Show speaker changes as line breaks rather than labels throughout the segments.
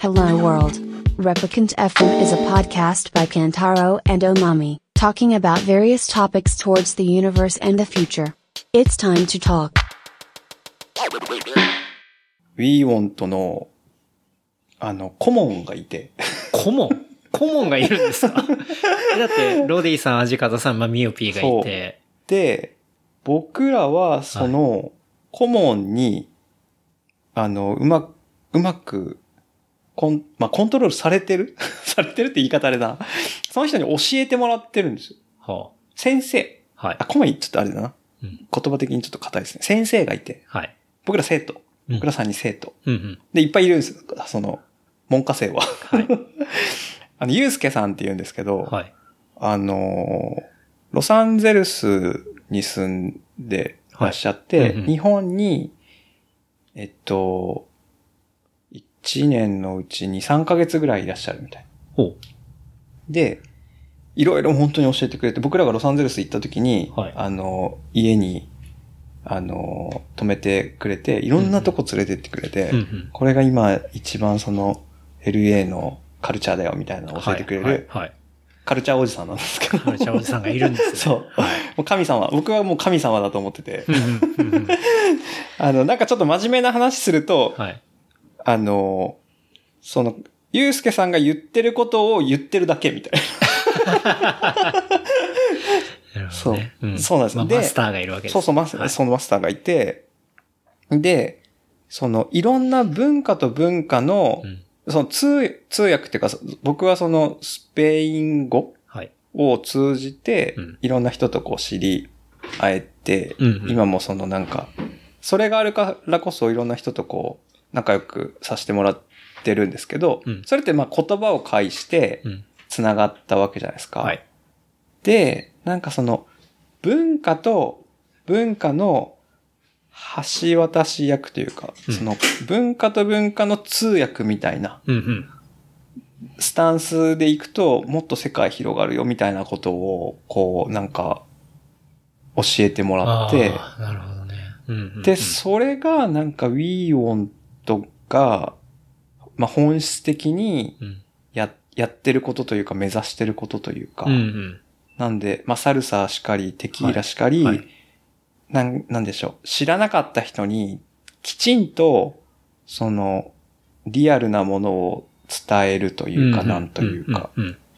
Hello World. Replicant FM is a podcast by Kantaro and Omami, talking about various topics towards the universe and the future. It's time to talk.
WeWant の、顧問がいて。
顧問がいるんですか？だって、ロディさん、アジカザさん、ミオピーがいて。
で、僕らは、その、顧問に、うまく、コントロールされてるされてるって言い方あれだな。その人に教えてもらってるんですよ。
はあ、
先生。
はい。
顧問ちょっとあれだな。
うん、
言葉的にちょっと硬いですね。先生がいて。
はい。
僕ら生徒。僕ら3人生徒。
うんうん、
で、いっぱいいるんですよ。その、文科生は。
はい。
ゆうすけさんって言うんですけど、
はい。
ロサンゼルスに住んでらっしゃって、
はいうんうん、
日本に、1年のうち2、3ヶ月ぐらいいらっしゃるみたいな。
ほう。
で、いろいろ本当に教えてくれて、僕らがロサンゼルス行った時に、
はい、
家に、泊めてくれて、いろんなとこ連れてってくれて、
うんうん、
これが今一番その LA のカルチャーだよみたいなのを教えてくれる、
はいはい、
カルチャーおじさんなんですけど。
カルチャーおじさんがいるんですね。
そう。はい、もう神様。僕はもう神様だと思ってて。なんかちょっと真面目な話すると、
はい、
その、ゆうすけさんが言ってることを言ってるだけみたいな。そう、うん。そうなんです。
マスターがいるわけです。
そう、そのマスターがいて、で、その、いろんな文化と文化の、その通訳っていうか、僕はそのスペイン語を通じて、いろんな人とこう知り合えて、今もそのなんか、それがあるからこそいろんな人とこう、仲良くさせてもらってるんですけど、それって言葉を介して繋がったわけじゃないですか。はい、で、なんかその文化と文化の橋渡し役というか、その文化と文化の通訳みたいなスタンスでいくともっと世界広がるよみたいなことをこうなんか教えてもらって、
なるほどね。
で、それがなんか WeWant が、本質的にやってることというか目指してることというか、なんで、サルサしかり、テキーラしかり、なんでしょう。知らなかった人に、きちんと、その、リアルなものを伝えるというか、なんというか。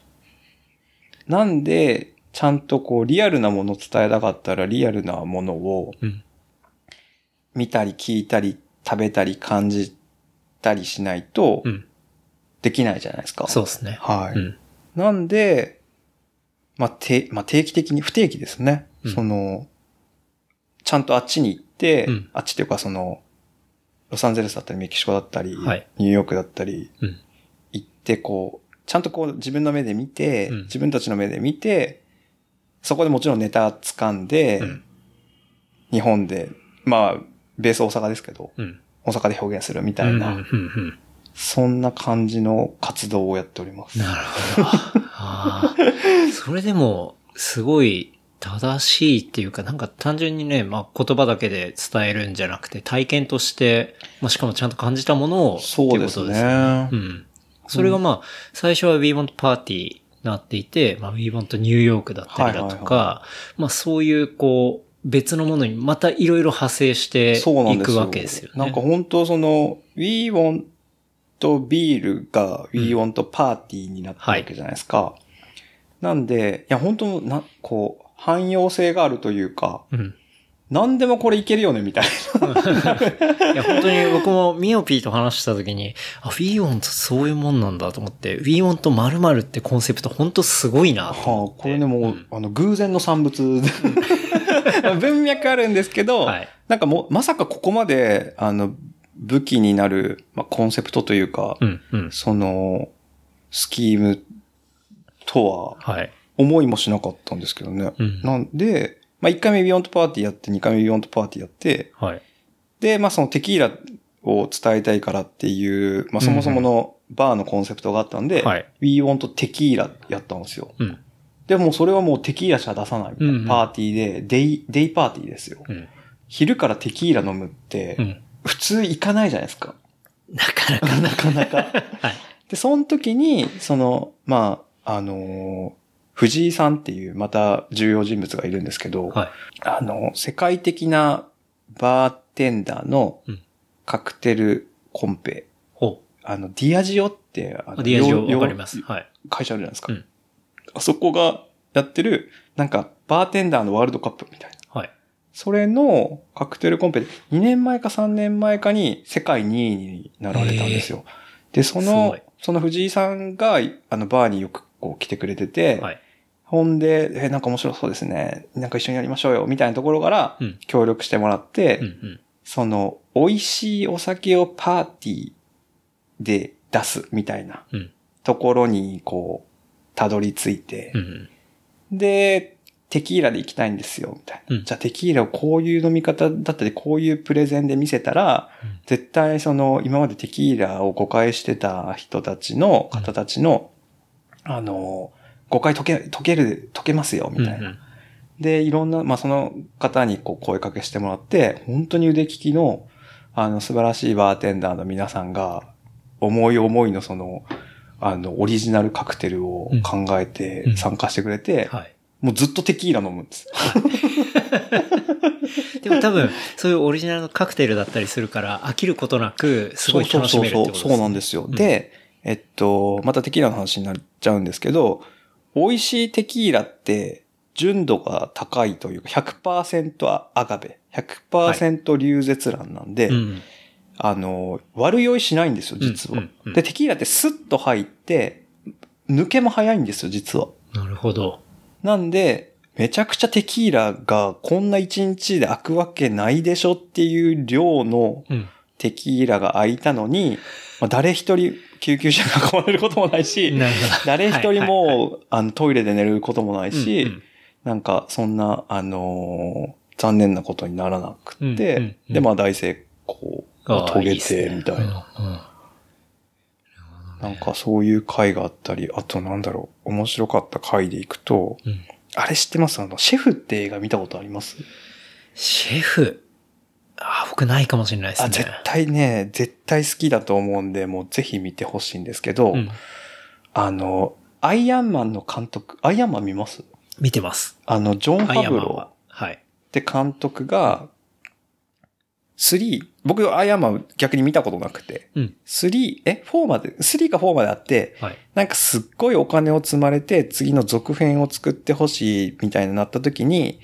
なんで、ちゃんとこう、リアルなものを伝えたかったら、リアルなものを、見たり聞いたり、食べたり感じたりしないと、できないじゃないですか。
そうですね。
はい。なんで、定期的に、不定期ですね。その、ちゃんとあっちに行って、あっちっていうかその、ロサンゼルスだったりメキシコだったり、ニューヨークだったり、行ってこう、ちゃんとこう自分の目で見て、自分たちの目で見て、そこでもちろんネタ掴んで、日本で、ベース大阪ですけど、大阪で表現するみたいな、そんな感じの活動をやっております。
なるほど。それでも、すごい正しいっていうか、なんか単純にね、言葉だけで伝えるんじゃなくて、体験として、しかもちゃんと感じたものを、
そうですね。
それが最初は WeWant パーティーになっていて、WeWant ニューヨークだったりだとか、そういうこう、別のものにまたいろいろ派生していくわけですよね。
なんか本当その、WeWant ビールが WeWant パーティーになったわけじゃないですか。なんで、いや本当こう、汎用性があるというか、何でもこれいけるよねみたいな。
いや本当に僕もミオピーと話した時に、WeWant そういうもんなんだと思って、WeWant 〇〇ってコンセプト本当すごいなと思って。
これでも、偶然の産物文脈あるんですけど、なんかまさかここまで、武器になる、コンセプトというか、その、スキームとは、思いもしなかったんですけどね。なんで、1回目WeWantパーティーやって、2回目WeWantパーティーやって、で、そのテキーラを伝えたいからっていう、そもそものバーのコンセプトがあったんで、WeWantテキーラやったんですよ。でもそれはもうテキーラしか出さないみたいなパーティーで、デイパーティーですよ。昼からテキーラ飲むって、普通行かないじゃないですか。
なかなか。
なかなか。
はい。
で、その時に、藤井さんっていうまた重要人物がいるんですけど、
はい。
世界的なバーテンダーのカクテルコンペ。
ほう。
ディアジオって、
ディアジオわかります。はい。
会社あるじゃないですか。
うん。
あそこがやってる、なんか、バーテンダーのワールドカップみたいな。
はい。
それのカクテルコンペで2年前か3年前かに世界2位になられたんですよ。で、その藤井さんが、バーによくこう来てくれてて、はい。ほんで、なんか面白そうですね。なんか一緒にやりましょうよ、みたいなところから協力してもらって、うんうん、その、美味しいお酒をパーティーで出すみたいなところにこう、たどり着いて、うんうん、で、テキーラで行きたいんですよ、みたいな。うん、じゃあテキーラをこういう飲み方だったり、こういうプレゼンで見せたら、うん、絶対その、今までテキーラを誤解してた人たちの、方たちの、誤解解けますよ、みたいな。うんうん、で、いろんな、その方にこう声かけしてもらって、本当に腕利きの、素晴らしいバーテンダーの皆さんが、思いのその、オリジナルカクテルを考えて参加してくれて、はい、もうずっとテキーラ飲むんです。
でも多分、そういうオリジナルのカクテルだったりするから、飽きることなく、すごい楽しめるってことですね。
そうなんですよ。うん、で、またテキーラの話になっちゃうんですけど、美味しいテキーラって、純度が高いというか、100% アガベ、100% リ絶蘭なんで、はい、うん、悪酔いしないんですよ、実は、うんうんうん。で、テキーラってスッと入って、抜けも早いんですよ、実は。
なるほど。
なんで、めちゃくちゃテキーラがこんな1日で開くわけないでしょっていう量のテキーラが開いたのに、誰一人救急車が囲まれることもないし、誰一人も、トイレで寝ることもないし、うんうん、なんかそんな、残念なことにならなくって、うんうんうん、で、大成功を遂げて、みたいな。なんかそういう回があったり、あと面白かった回でいくと、うん、あれ知ってます？シェフって映画見たことあります？
シェフ？僕ないかもしれないですね。
絶対好きだと思うんで、もうぜひ見てほしいんですけど、うん、アイアンマンの監督、アイアンマン見ます？
見てます。
ジョン・ファブローって監督が、僕アイアンマン逆に見たことなくて、うん、4まで、3か4まであって、はい、なんかすっごいお金を積まれて次の続編を作ってほしいみたいになった時に、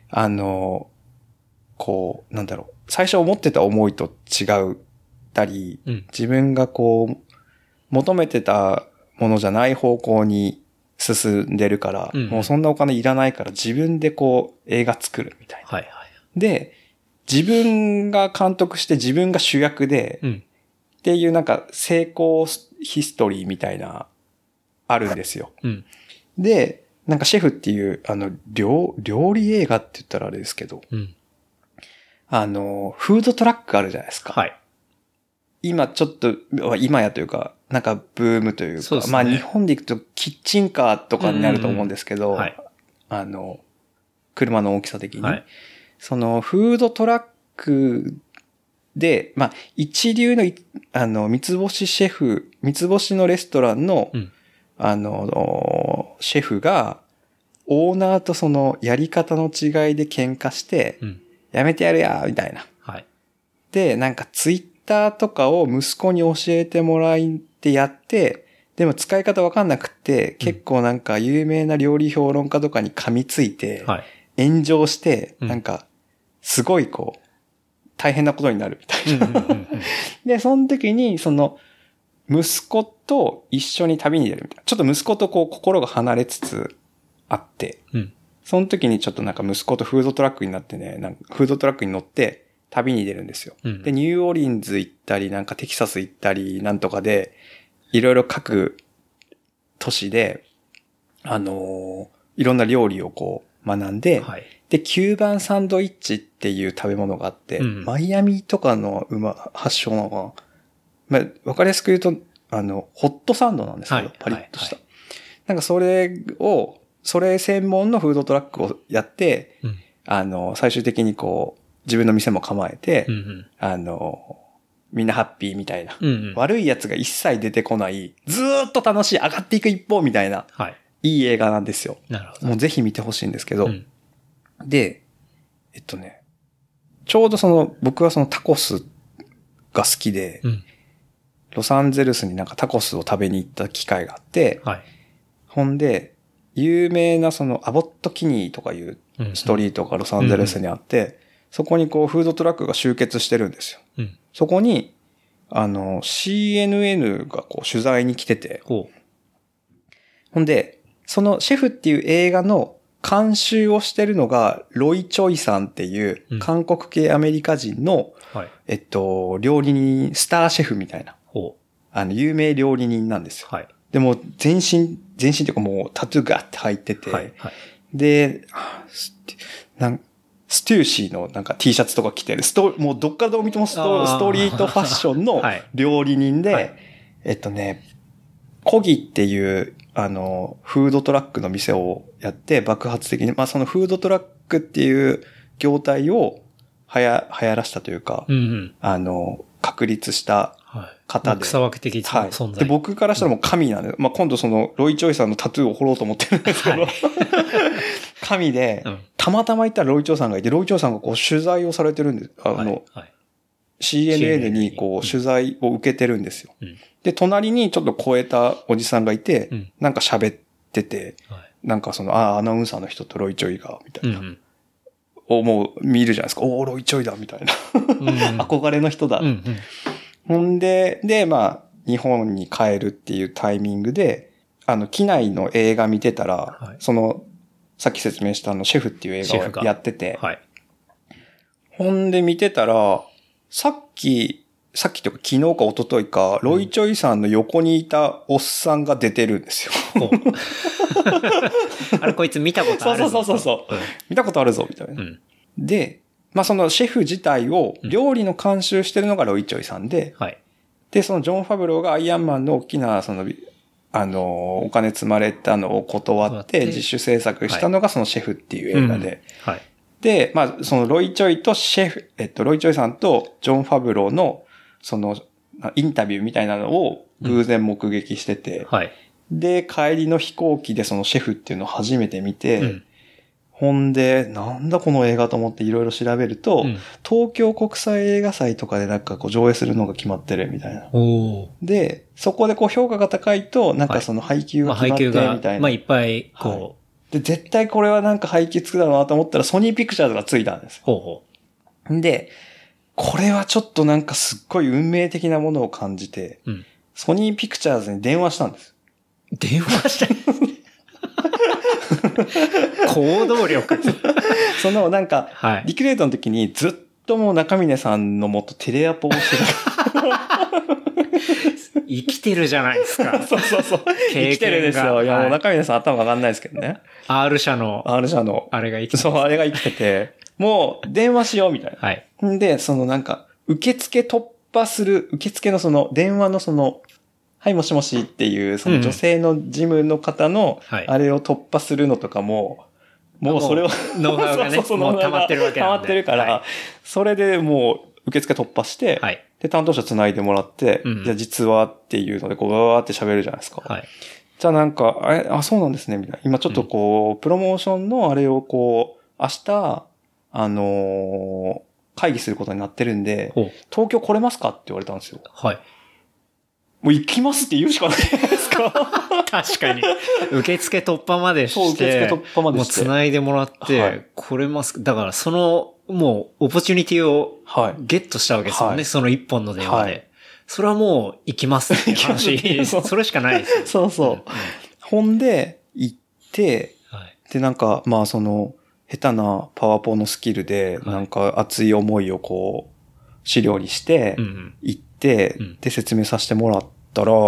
最初思ってた思いと違ったり、うん、自分が求めてたものじゃない方向に進んでるから、うん、もうそんなお金いらないから自分で映画作るみたいな。はいはい、で、自分が監督して自分が主役で、うん、っていうなんか成功ヒストリーみたいな、あるんですよ。うん、で、なんかシェフっていう、料理映画って言ったらあれですけど、うん、フードトラックあるじゃないですか。はい。今ちょっと、今やというか、なんかブームというか、そうですね、日本で行くとキッチンカーとかになると思うんですけど、はい、車の大きさ的に。はい、そのフードトラックで、一流の、三つ星のレストランの、うん、シェフが、オーナーとそのやり方の違いで喧嘩して、うん、やめてやるや、みたいな。はい。で、なんかツイッターとかを息子に教えてもらってやって、でも使い方わかんなくって、結構なんか有名な料理評論家とかに噛みついて、炎上して、なんか、すごい大変なことになるみたいな。で、その時に、息子と一緒に旅に出るみたいな。ちょっと息子と心が離れつつあって、うん、その時にちょっとなんか息子とフードトラックになってね、なんかフードトラックに乗って旅に出るんですよ。うん、で、ニューオーリンズ行ったり、なんかテキサス行ったり、なんとかで、いろいろ各都市で、いろんな料理を学んで、はい、で、キューバンサンドイッチっていう食べ物があって、うん、マイアミとかの発祥の、わかりやすく言うと、ホットサンドなんですけど、はい、パリッとした。はい、なんかそれ専門のフードトラックをやって、うん、最終的に自分の店も構えて、うんうん、 みんなハッピーみたいな。
うんうん、
悪いやつが一切出てこない、ずーっと楽しい、上がっていく一方みたいな、
はい、
いい映画なんですよ。
なるほど。
もうぜひ見てほしいんですけど。うん、で、ちょうど僕はタコスが好きで、うん、ロサンゼルスになんかタコスを食べに行った機会があって、はい、ほんで、有名なアボットキニーとかいうストリートがロサンゼルスにあって、うんうん、そこにフードトラックが集結してるんですよ。うん、そこに、CNN が取材に来てて、ほんで、そのシェフっていう映画の監修をしてるのが、ロイ・チョイさんっていう韓国系アメリカ人の、うんはい、料理人、スターシェフみたいな、有名料理人なんですよ。はい、でも、全身っていうかもうタトゥーがって入ってて、はいはい、で、ステューシーのなんか T シャツとか着てる、もうどっからどう見てもストリートファッションの料理人で、はい、コギっていう、フードトラックの店をやって爆発的に、そのフードトラックっていう業態を流行らしたというか、うんうん、確立した方で。
草分け的存在、
はい。で、僕からしたらもう神なんで、今度ロイ・チョイさんのタトゥーを彫ろうと思ってるんですけど、はい、神で、たまたま行ったらロイ・チョイさんがいて、ロイ・チョイさんが取材をされてるんです。はい、CNN に取材を受けてるんですよ。うん、で、隣にちょっと超えたおじさんがいて、うん、なんか喋ってて、はい、なんかアナウンサーの人とロイ・チョイが、みたいな。うんうん、もう見るじゃないですか。ロイ・チョイだ、みたいな。うんうん、憧れの人だ。うんうん、ほんで、日本に帰るっていうタイミングで、機内の映画見てたら、はい、さっき説明したシェフっていう映画をやってて、はい、ほんで見てたら、さっきというか昨日か一昨日か、ロイ・チョイさんの横にいたおっさんが出てるんですよ。
あれこいつ見たことあるぞ。
そう、うん。見たことあるぞ、みたいな。うん、で、そのシェフ自体を料理の監修してるのがロイ・チョイさんで、うんはい、で、ジョン・ファブローがアイアンマンの大きなお金積まれたのを断って自主制作したのがそのシェフっていう映画で、はいはい、で、ロイ・チョイとシェフ、ロイ・チョイさんとジョン・ファブローのインタビューみたいなのを偶然目撃してて、うんはい、で、帰りの飛行機でそのシェフっていうのを初めて見て、うんほんで、なんだこの映画と思っていろいろ調べると、うん、東京国際映画祭とかでなんか上映するのが決まってるみたいな。で、そこで評価が高いと、なんか配給が決まってみたいな。
いっぱい
はい、で、絶対これはなんか配給つくだろうなと思ったらソニーピクチャーズがついたんですよ。ほうで、これはちょっとなんかすっごい運命的なものを感じて、うん、ソニーピクチャーズに電話したんです。
電話した行動力
なんか、はい、リクレートの時にずっともう中峰さんのもとテレアポをして
る。生きてるじゃないですか。
そう。生きてるですよ。いや、もう中峰さん頭が上がんないですけどね。
R 社の。あれが生きてる。
そう、あれが生きてて、もう電話しようみたいな。はい。で、なんか、受付突破する、受付の電話のはい、もしもしっていう、女性の事務の方の、あれを突破するのとかも、もうそれを、
ノウハウがね、もう溜まってるわけなんで。
溜まってるから、はい、それでもう受付突破して、はい、で、担当者繋いでもらって、じゃあ実はっていうので、わーって喋るじゃないですか。はい、じゃあなんか、そうなんですね、みたいな。今ちょっとプロモーションのあれを明日、会議することになってるんで、東京来れますかって言われたんですよ。はい。もう行きますって言うしかないじゃないですか。
確かに。受付突破までして。そう、
受付突破までして。
もう繋いでもらって、はい、来れます。だからもう、オポチュニティをゲットしたわけですよね。はい、その一本の電話で。はい、それはもう行きますって話。それしかないですよ。
そうそう。うん、ほんで、行って、はい、で、なんか、下手なパワポのスキルで、なんか熱い思いを資料にして、行って、で、説明させてもらったら、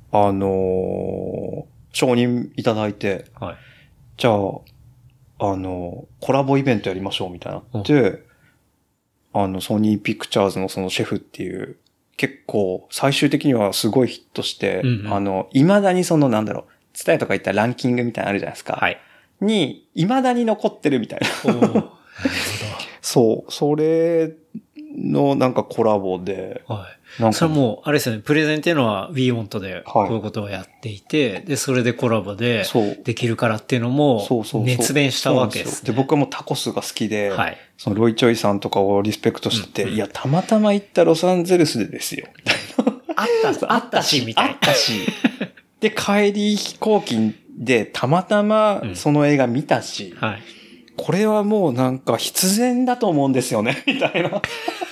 承認いただいて、はい、じゃあ、コラボイベントやりましょうみたいになって、ソニーピクチャーズのそのシェフっていう、結構、最終的にはすごいヒットして、未だになんだろう、ツタヤとか言ったらランキングみたいなのあるじゃないですか。はい。未だに残ってるみたいな。そう、それのなんかコラボで。
はい。なんかそれもう、あれですよね、プレゼンっていうのは WeWant でこういうことをやっていて、はい、で、それでコラボでできるからっていうのも熱弁したわけですね。
で、僕はもうタコスが好きで、はい、そのロイ・チョイさんとかをリスペクトしてて、いや、たまたま行ったロサンゼルスでですよ。
あったし、みたいな。
あったし。で、帰り飛行機でたまたまその映画見たし、はい、これはもうなんか必然だと思うんですよね、みたいな。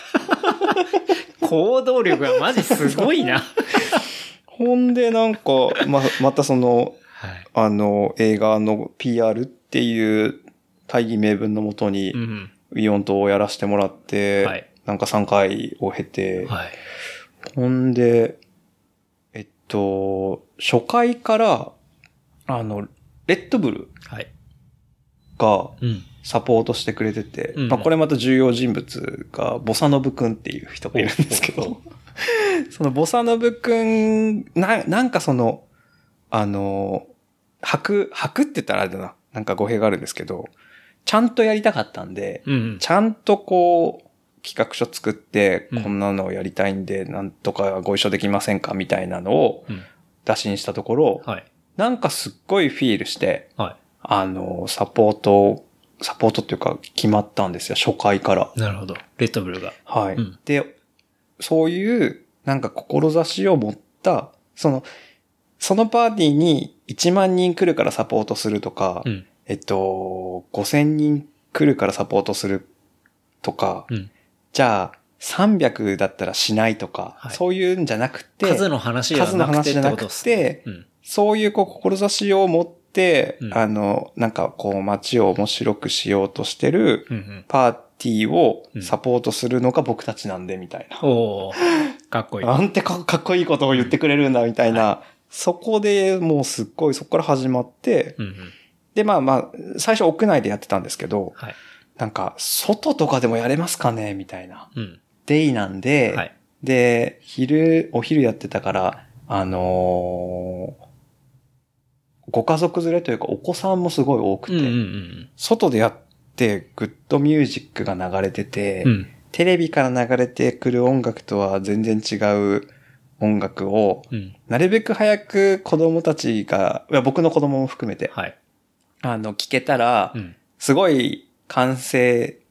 行動力がマジすごいな。
ほんでなんか、またその、はい、映画の PR っていう大義名分のもとに、WeWantをやらせてもらって、はい、なんか3回を経て、はい、ほんで、初回から、レッドブルがサポートしてくれてて、まあこれまた重要人物がボサノブくんっていう人がいるんですけど、そのボサノブくん、なんかその、白って言ったらあれだな、なんか語弊があるんですけど、ちゃんとやりたかったんで、ちゃんとこう、企画書作って、こんなのをやりたいんで、なんとかご一緒できませんかみたいなのを打診したところ、なんかすっごいフィールして、サポートっていうか決まったんですよ、初回から。
なるほど。レッドブルが。
はい。で、そういうなんか志を持った、そのパーティーに1万人来るからサポートするとか、5000人来るからサポートするとか、じゃあ300だったらしないとか、そういうんじゃなくて、
数の話じゃなくて、
そういう志を持って、なんかこう街を面白くしようとしてるパーティーをサポートするのが僕たちなんで、みたいな。
おー、かっこいい。
なんてかっこいいことを言ってくれるんだ、みたいな。そこでもうすっごい、そこから始まって、で、最初屋内でやってたんですけど、なんか、外とかでもやれますかねみたいな。デイなんで、で、お昼やってたから、ご家族連れというかお子さんもすごい多くて、外でやってグッドミュージックが流れてて、テレビから流れてくる音楽とは全然違う音楽を、なるべく早く子供たちが、僕の子供も含めて、聞けたら、すごい感性、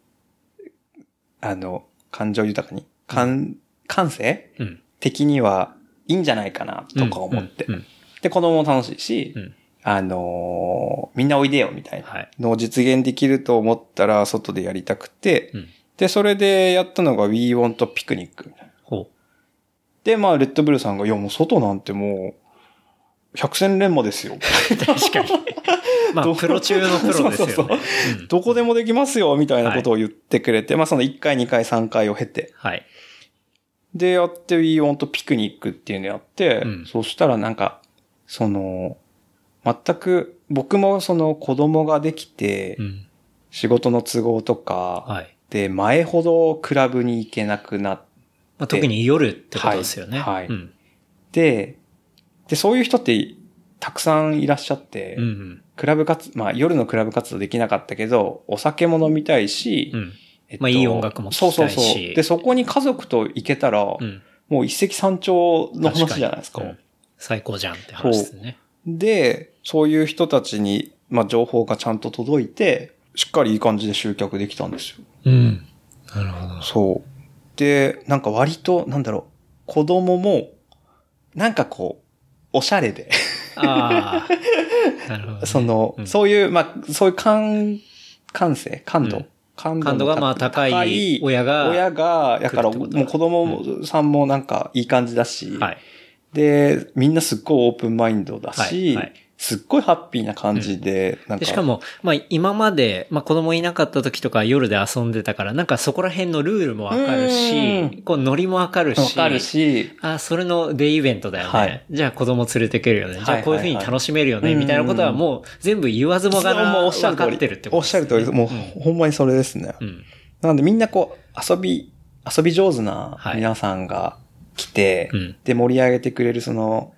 感情豊かに、感性、的にはいいんじゃないかなとか思って。で、子供も楽しいし、みんなおいでよみたいなのを実現できると思ったら外でやりたくて、で、それでやったのが WeWant ピクニックみたいな。で、レッドブルさんが、いやもう外なんてもう、百戦錬磨ですよ。
確かに。プロ中のプロですよね。そう
どこでもできますよ、みたいなことを言ってくれて、その1回、2回、3回を経て。で、やって WeWant ピクニックっていうのやって、そしたらなんか、全く、僕もその子供ができて、仕事の都合とか、で、前ほどクラブに行けなくなって、
特に夜ってことですよね。
で、そういう人ってたくさんいらっしゃって、クラブ夜のクラブ活動できなかったけど、お酒も飲みたいし、
いい音楽も聴きたいし。
で、そこに家族と行けたら、もう一石三鳥の話じゃないですか。
最高じゃんって話ですね。
で、そういう人たちに、情報がちゃんと届いて、しっかりいい感じで集客できたんですよ。
なるほど。
そう。で、なんか割と、子供も、なんかこう、おしゃれで。
なるほど、
ね。そういう感性、感度
が高い親が、
やからもう子供さんもなんかいい感じだし、で、みんなすっごいオープンマインドだし、すっごいハッピーな感じで、
でしかも、今まで、子供いなかった時とか夜で遊んでたから、なんかそこら辺のルールもわかるし、ノリもわかるし、それのデイイベントだよね。じゃあ子供連れてけるよね。じゃあこういう風に楽しめるよね。みたいなことはもう全部言わずもがな分かってるってことですね。
おっしゃる通り、もうほんまにそれですね。なのでみんな遊び上手な皆さんが来て、で盛り上げてくれる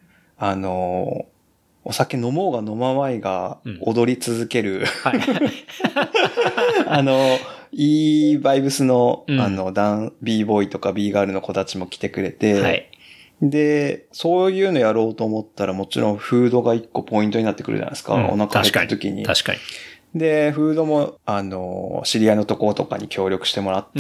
お酒飲もうが飲まないが踊り続ける、 いいバイブスの、B ボーイとか B ガールの子たちも来てくれて、はい。で、そういうのやろうと思ったらもちろんフードが一個ポイントになってくるじゃないですか。お腹減った時に。
確かに。
で、フードも、知り合いのところとかに協力してもらって、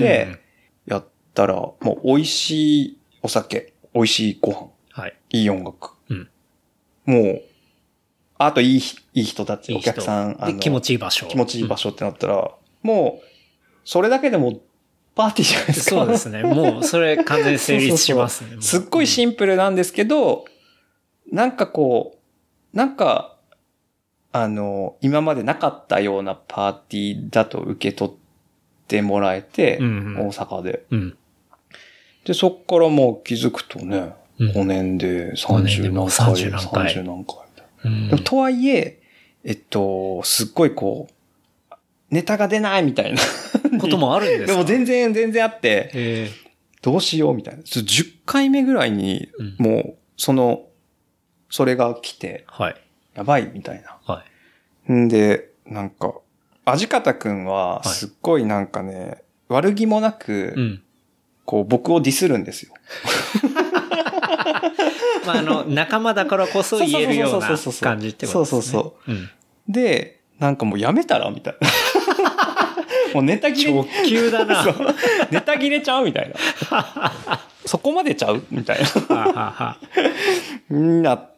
やったら、もう美味しいお酒、美味しいご飯、はい。いい音楽。もう、あといい人たち、お客さん、
気持ちいい場所。
気持ちいい場所ってなったら、もう、それだけでも、パーティーじゃないですか。
そうですね。もう、それ完全に成立しますね。
すっごいシンプルなんですけど、なんかこう、今までなかったようなパーティーだと受け取ってもらえて、大阪で。で、そっからもう気づくとね、5年で30何回。30何回。とはいえ、すっごいこう、ネタが出ないみたいな
こともあるんですか？
でも全然あって、どうしようみたいな。10回目ぐらいに、もう、それが来て、はい、やばいみたいな。はい、んで、なんか、味方くんは、すっごいなんかね、悪気もなく、こう、僕をディスるんですよ。
まあ、仲間だからこそ言えるような感じってことですね。
そう。で、なんかもうやめたらみたいな。もうネタ切れ。
直球だな。
ネタ切れちゃうみたいな。そこまでちゃうみたいな。なって、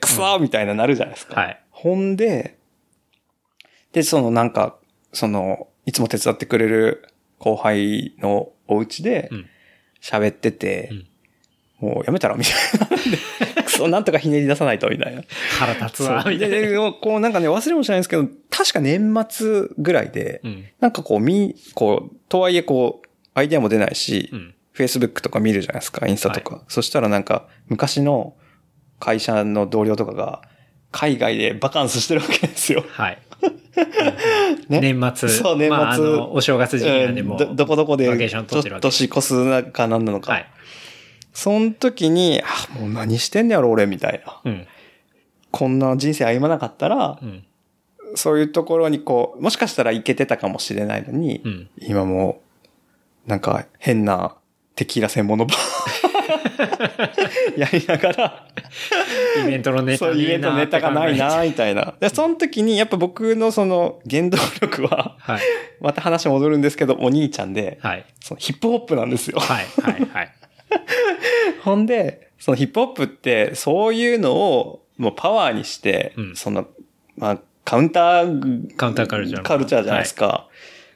くそーみたいななるじゃないですか。はい。ほんで、いつも手伝ってくれる後輩のお家で喋ってて、もうやめたらみたいな。くそ、なんとかひねり出さないとみたいな。
腹立つわ、みたいな。
で、こうなんかね、忘れもしないんですけど、確か年末ぐらいで、なんかこう、とはいえこう、アイデアも出ないし、Facebook とか見るじゃないですか、インスタとか。そしたらなんか、昔の会社の同僚とかが、海外でバカンスしてるわけですよ。はい。
ね、年末。そう、年末。お正月時期なんでも
どこどこで、ちょっと年越すかなんなのか。はい。その時に、もう何してんねやろ俺みたいな。こんな人生歩まなかったら、そういうところにこう、もしかしたらいけてたかもしれないのに、今もう、なんか変なテキーラ専門のバーやりながら、
イベントのネタ
そう、イベントネタがないな、みたいな。で、その時にやっぱ僕のその原動力は、はい、また話戻るんですけど、お兄ちゃんで、はい、そのヒップホップなんですよ。はい。ほんで、そのヒップホップって、そういうのをもうパワーにして、カウンターカルチャーじゃないですか。はい、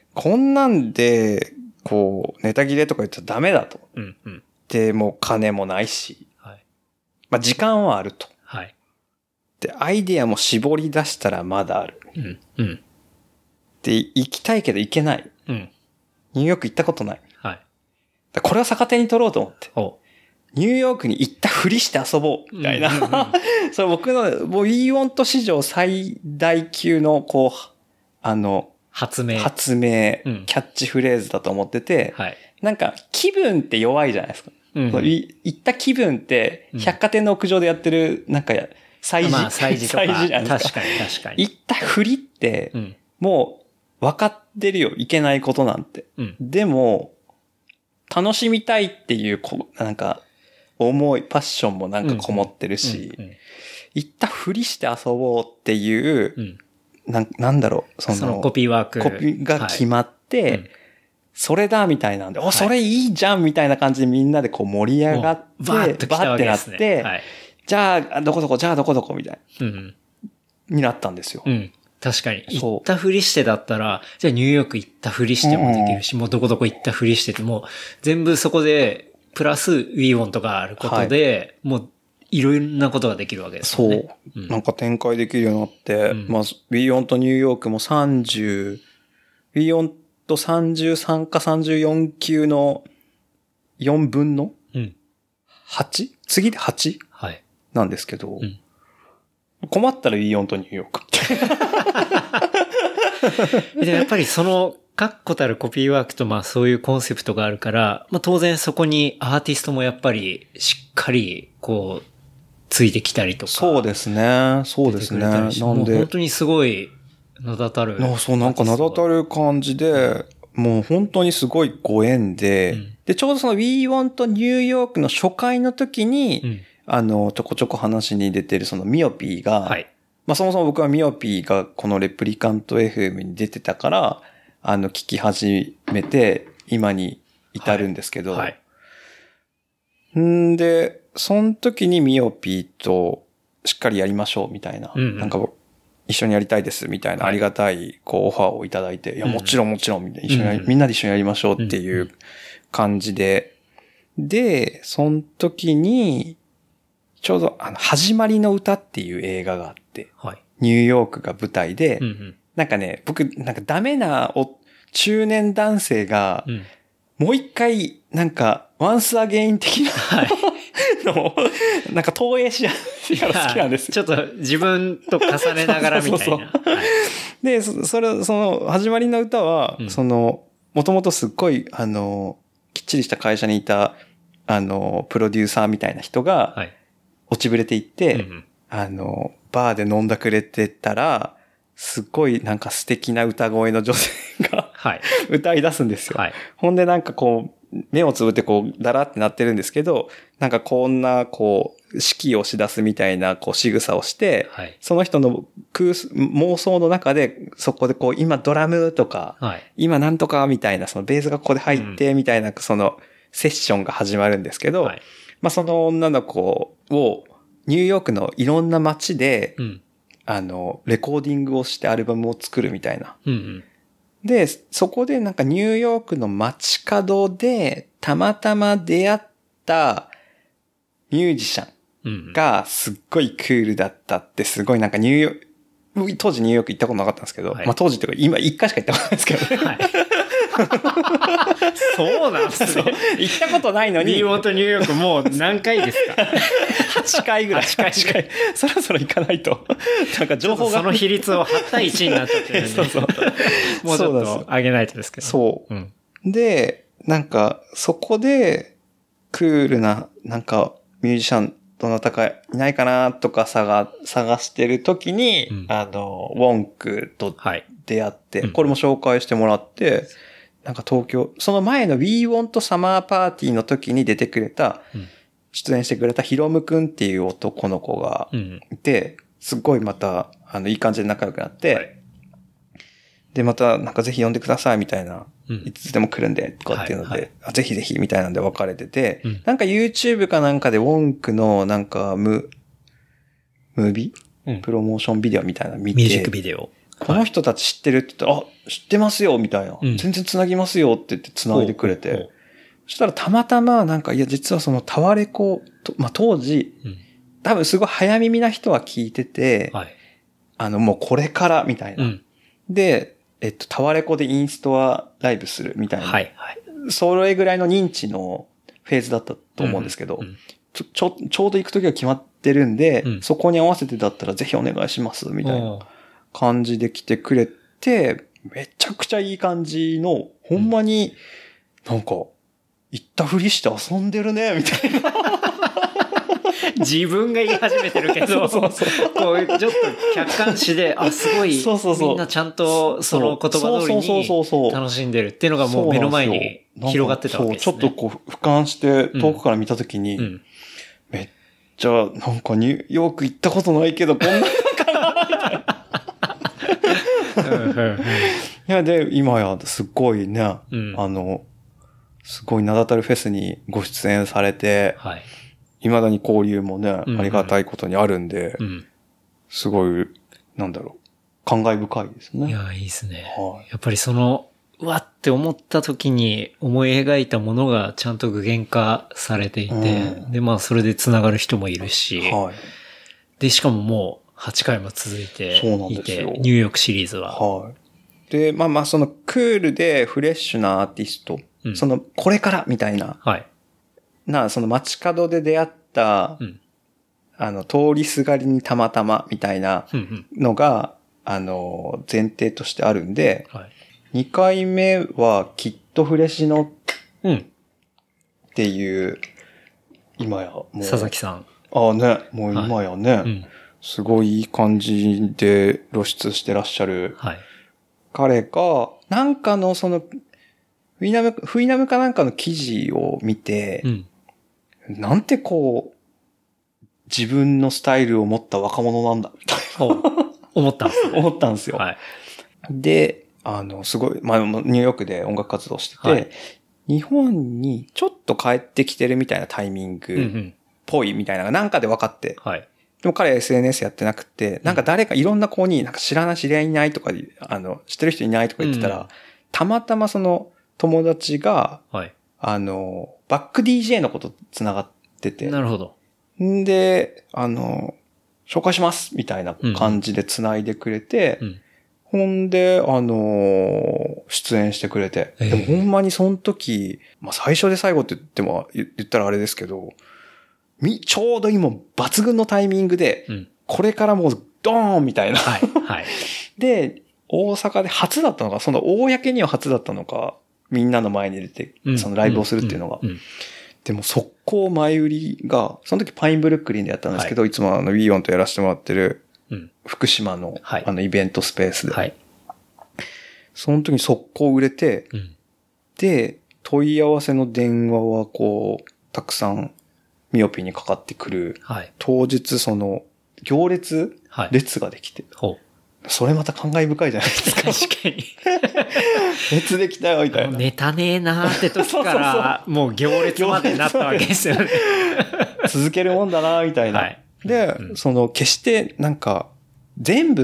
こんなんで、こう、ネタ切れとか言ったらダメだと。で、もう金もないし、はい、時間はあると。はい、で、アイデアも絞り出したらまだある。で、行きたいけど行けない。ニューヨーク行ったことない。はい、これを逆手に取ろうと思って。ニューヨークに行ったふりして遊ぼうみたいな。それ僕の、もう We Want 史上最大級の、こう、
発明、
キャッチフレーズだと思ってて、はい、なんか気分って弱いじゃないですか。行った気分って、百貨店の屋上でやってる、なんか、催事。
催事とか。
催事じゃないですか。
確かに。
行ったふりって、もう、分かってるよ。いけないことなんて。でも、楽しみたいっていう、なんか、思い、パッションもなんかこもってるし、行ったふりして遊ぼうっていう、なんだろう、
そのコピーワーク。
コピーが決まって、それだみたいなんで、それいいじゃんみたいな感じでみんなでこう盛り上がって、バーってなって、じゃあ、どこどこみたいな、になったんですよ。
確かに。行ったふりしてだったら、じゃあニューヨーク行ったふりしてもできるし、もうどこどこ行ったふりしてても、全部そこで、プラス We Want があることで、もういろんなことができるわけですね。
そう。なんか展開できるようになって、We Want ニューヨークもWe Want 33か34級の4分の 8？ 次で 8？ はい。なんですけど、困ったらWe Want ニューヨーク
って。でやっぱりその、確固たるコピーワークとそういうコンセプトがあるから、当然そこにアーティストもやっぱりしっかりこうついてきたりとか。
そうですね。なんで
本当にすごい名だたる。
そうなんか名だたる感じで、 もう本当にすごいご縁で、で、ちょうどその We Want New York の初回の時に、ちょこちょこ話に出てるそのミオピーが、はい、まあそもそも僕はミオピーがこのレプリカント FM に出てたから、聞き始めて今に至るんですけど、はいはい、で、その時にミオピーとしっかりやりましょうみたいな、なんか一緒にやりたいですみたいなありがたいこうオファーをいただいて、いやもちろんみたいなみんなで一緒にやりましょうっていう感じで、で、その時にちょうど始まりの歌っていう映画があって、はい、ニューヨークが舞台で、なんかね、僕なんかダメな中年男性が、もう一回なんかワンスアゲイン的な、はいのなんか投影し合うの好きなんです。
ちょっと自分と重ねながらみたいな。そう
で、その始まりの歌は、もともとすっごい、きっちりした会社にいた、プロデューサーみたいな人が、落ちぶれていって、バーで飲んだくれてたら、すっごいなんか素敵な歌声の女性が、はい、歌い出すんですよ。はい、ほんでなんかこう、目をつぶってこう、だらってなってるんですけど、なんかこんなこう、指揮をし出すみたいなこう仕草をして、はい、その人の妄想の中で、そこでこう、今ドラムとか、はい、今なんとかみたいな、そのベースがここで入って、みたいな、そのセッションが始まるんですけど、はい、まあその女の子を、ニューヨークのいろんな街で、レコーディングをしてアルバムを作るみたいな。で、そこでなんかニューヨークの街角でたまたま出会ったミュージシャンがすっごいクールだったってすごいなんか当時ニューヨーク行ったことなかったんですけど、はい、まあ当時っていうか今一回しか行ったことないですけどね。はい
そうなんですね。
行ったことないのに。
ニューヨークもう何回ですか
?8 回ぐらい。8回。そろそろ行かないと。なんか情報が。
その比率を8対1になっちゃってるんで。そう。もうちょっと上げないとですけど。
そう。で、なんかそこでクールななんかミュージシャンどなたかいないかなとか探してるときに、ウォンクと出会って、これも紹介してもらって、なんか東京、その前の We Want Summer Party の時に出てくれた、出演してくれたヒロムくんっていう男の子がいて、すっごいまた、いい感じで仲良くなって、で、またなんかぜひ呼んでくださいみたいな、いつでも来るんで、とかっていうので、ぜひぜひみたいなんで別れてて、なんか YouTube かなんかでウォンクのなんかムービー、プロモーションビデオみたいなの見て、
ミュージックビデオ。
この人たち知ってるって言ったら、あ、知ってますよみたいな。全然繋ぎますよって言って繋いでくれて。そしたらたまたまなんか、いや実はそのタワレコ、まあ、当時、多分すごい早耳な人は聞いてて、もうこれからみたいな。で、タワレコでインストアライブするみたいな。それぐらいの認知のフェーズだったと思うんですけど、ちょうど行くときが決まってるんで、そこに合わせてだったらぜひお願いしますみたいな感じで来てくれて、めちゃくちゃいい感じの、ほんまになんか、行ったふりして遊んでるね、みたいな。
自分が言い始めてるけど、こう、ちょっと客観視で、あ、すごい、みんなちゃんとその言葉通りに楽しんでるっていうのがもう目の前に広がってたわけですね。
そう、ちょっとこう、俯瞰して遠くから見たときに、めっちゃ、なんかニューヨーク行ったことないけど、こんなのかな、みたいな。いや、で、今や、すっごいね、すごい名だたるフェスにご出演されて、未だに交流もね、ありがたいことにあるんで、すごい、なんだろう、感慨深いですね。
いや、いいですね。やっぱりその、うわって思った時に思い描いたものがちゃんと具現化されていて、で、まあ、それで繋がる人もいるし、で、しかももう8回も続いていて、ニューヨークシリーズは。
で、まあ、そのクールでフレッシュなアーティスト、その、これからみたいな、その街角で出会った、通りすがりにたまたまみたいなのが、前提としてあるんで、2回目はきっとフレシノっていう、今やもう。
佐々木さん。
ああね、もう今やね、すごいいい感じで露出してらっしゃる。彼が、なんかのその、 フィナムかなんかの記事を見て、なんてこう、自分のスタイルを持った若者なんだ、みたいな。
思ったんですね。
思ったんですよ。
はい。
で、すごい、まあ、ニューヨークで音楽活動してて、はい、日本にちょっと帰ってきてるみたいなタイミングっぽいみたいなのがなんかで分かって、はい、でも彼 SNS やってなくて、なんか誰かいろんな子になんか知り合いいないとか、知ってる人いないとか言ってたら、たまたまその友達が、はい、バック DJ のこと繋がってて。
なるほど。
んで、紹介しますみたいな感じで繋いでくれて、ほんで、出演してくれて。でもほんまにその時、まあ最初で最後って言ったらあれですけど、ちょうど今抜群のタイミングで、これからもうドーンみたいな。はい。はい。で、大阪で初だったのか、その公には初だったのか、みんなの前に出て、そのライブをするっていうのが。でも速攻前売りが、その時パインブルックリンでやったんですけど、はい、いつもウィーオンとやらせてもらってる、福島の、はい、イベントスペースで。はい、その時に速攻売れて、で、問い合わせの電話はこう、たくさんミオピにかかってくる。はい、当日その、行列、列ができて。それまた感慨深いじゃないですか。
確かに。
列できたよ、みたいな。
ネタねえなーって時から、もう行列までになったわけですよね。
続けるもんだな、みたいな。はい、で、決してなんか、全部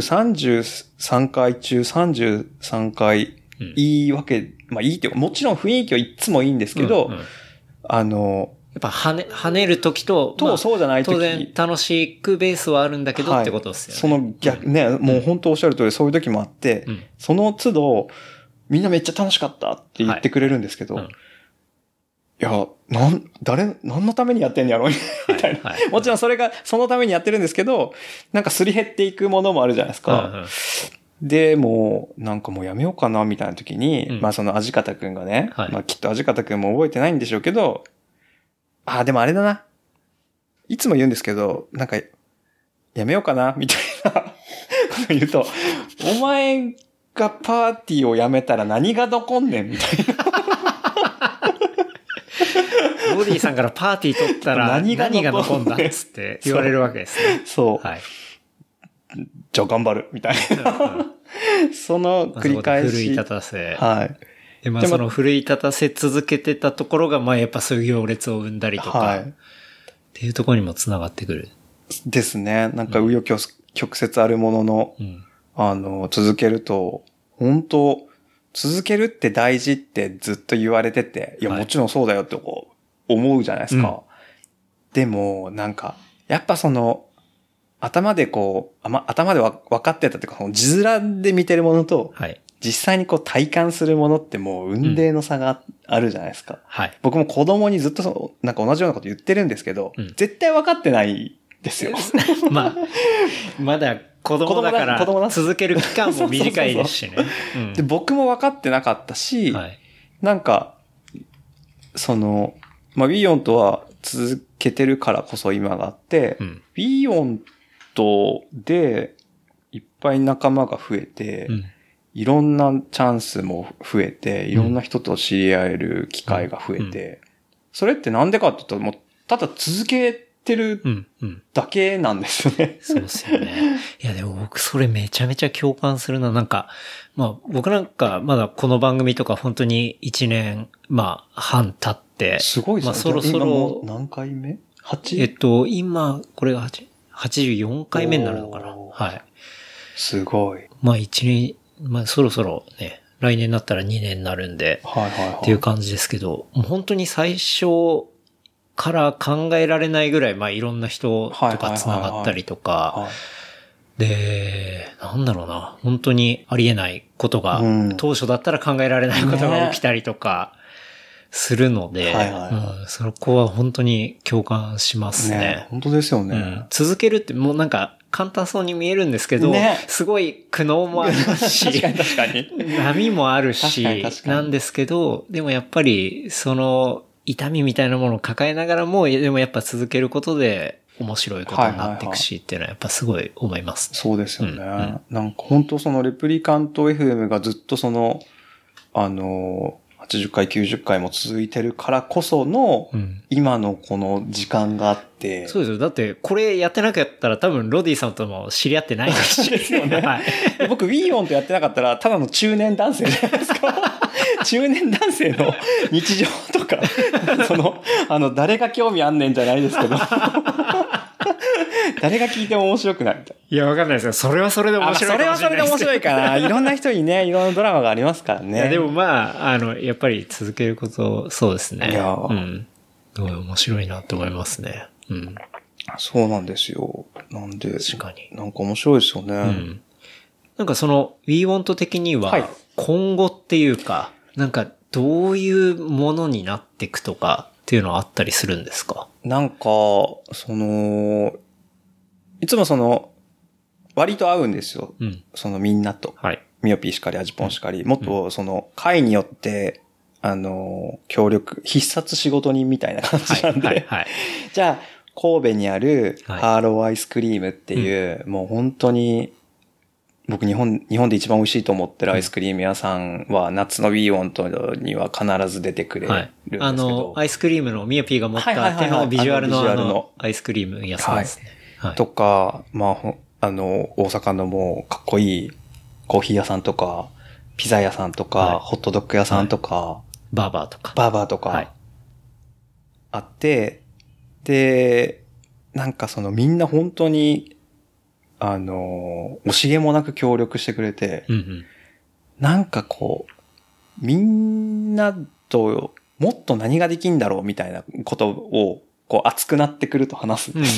33回中33回いいわけ、まあいいっていうか、もちろん雰囲気はいつもいいんですけど、
やっぱ跳ねる時と、
そうじゃない時。
当然楽しくベースはあるんだけどってことですよね。
その逆、ね、もう本当おっしゃる通りそういう時もあって、その都度、みんなめっちゃ楽しかったって言ってくれるんですけど、いや、何のためにやってんやろみたいな。もちろんそれが、そのためにやってるんですけど、なんかすり減っていくものもあるじゃないですか。で、もう、なんかもうやめようかなみたいな時に、まあその味方くんがね、まあきっと味方くんも覚えてないんでしょうけど、でもあれだな。いつも言うんですけど、なんか、やめようかなみたいなこと言うと、お前がパーティーをやめたら何が残んねんみたいな。
ボディさんからパーティー取ったら何が残んだっつって言われるわけですね。
そう。はい。じゃあ頑張るみたいな。その繰り返し。
奮い立たせ。
はい。
で、まあその奮い立たせ続けてたところが、まあやっぱそういう行列を生んだりとか、はい、っていうところにもつながってくる。
ですね。なんか紆余曲折あるものの、続けると、本当続けるって大事ってずっと言われてて、いや、もちろんそうだよってこう思うじゃないですか。でも、なんか、やっぱその、頭でこう、頭で分かってたっていうか、字面で見てるものと、はい、実際にこう体感するものってもう雲泥の差があるじゃないですか。はい。僕も子供にずっとなんか同じようなこと言ってるんですけど、絶対分かってないですよ。
まあ、まだ子供だから続ける期間も短いですしね。
で、僕も分かってなかったし、はい、なんか、まあ、ウィーオンとは続けてるからこそ今があって、ウィーオンとでいっぱい仲間が増えて、いろんなチャンスも増えて、いろんな人と知り合える機会が増えて、それってなんでかって言ったらもう、ただ続けてるだけなんですよね。
そうですよね。いやでも僕それめちゃめちゃ共感するな。なんか、まあ僕なんかまだこの番組とか本当に1年、まあ半経って。
すごいですね。まあ
そろそろ。
何回目 ?8?
今、これが84回目になるのかな。はい。
すごい。
まあ1年、まあそろそろね、来年になったら2年になるんで、はいはいはい、っていう感じですけど、もう本当に最初から考えられないぐらい、まあいろんな人とか繋がったりとか、で、なんだろうな、本当にありえないことが、当初だったら考えられないことが起きたりとか、するので、そこは本当に共感しますね。
本当ですよね、
続けるってもうなんか簡単そうに見えるんですけど、すごい苦悩もありますし、
確かに
波もあるし、なんですけど、でもやっぱりその痛みみたいなものを抱えながらも、でもやっぱ続けることで面白いことになっていくしっていうのはやっぱすごい思います。
そうですよね。なんか本当そのレプリカント FM がずっとその、 80回、90回も続いてるからこその、今のこの時間があって。
そうですよ。だって、これやってなかったら多分ロディさんとも知り合ってないし。
ですよね。はい、僕、Wii On とやってなかったら、ただの中年男性じゃないですか。中年男性の日常とか、誰が興味あんねんじゃないですけど。誰が聞いても面白くないみたいな。
いや、わかんないですよ。それはそれで面白いかもしれない。
それはそれで面白いかな。いろんな人にね、いろんなドラマがありますからね。いや、
でもまあ、やっぱり続けること、そうですね。いや、すごい面白いなと思いますね。
そうなんですよ。なんで、
確かに。
なんか面白いですよね。
なんかWe Want 的には、今後っていうか、なんかどういうものになっていくとかっていうのはあったりするんですか？
なんか、いつも割と合うんですよ。みんなと。
はい。
ミオピーしかり、アジポンしかり。もっと、会によって、協力、必殺仕事人みたいな感じなんで。はい。じゃあ、神戸にある、ハーローアイスクリームっていう、もう本当に、僕日本で一番美味しいと思ってるアイスクリーム屋さんは、夏の Wii On には必ず出てくれるんですけど。
アイスクリームのミオピーが持った手のビジュアルのアイスクリーム屋さんですね。
はい。とか、まあ、大阪のもうかっこいいコーヒー屋さんとか、ピザ屋さんとか、ホットドッグ屋さんとか、
バーバーとか、
あって、で、なんかみんな本当に、惜しげもなく協力してくれて、なんかみんなともっと何ができんだろうみたいなことを、熱くなってくると話すんです。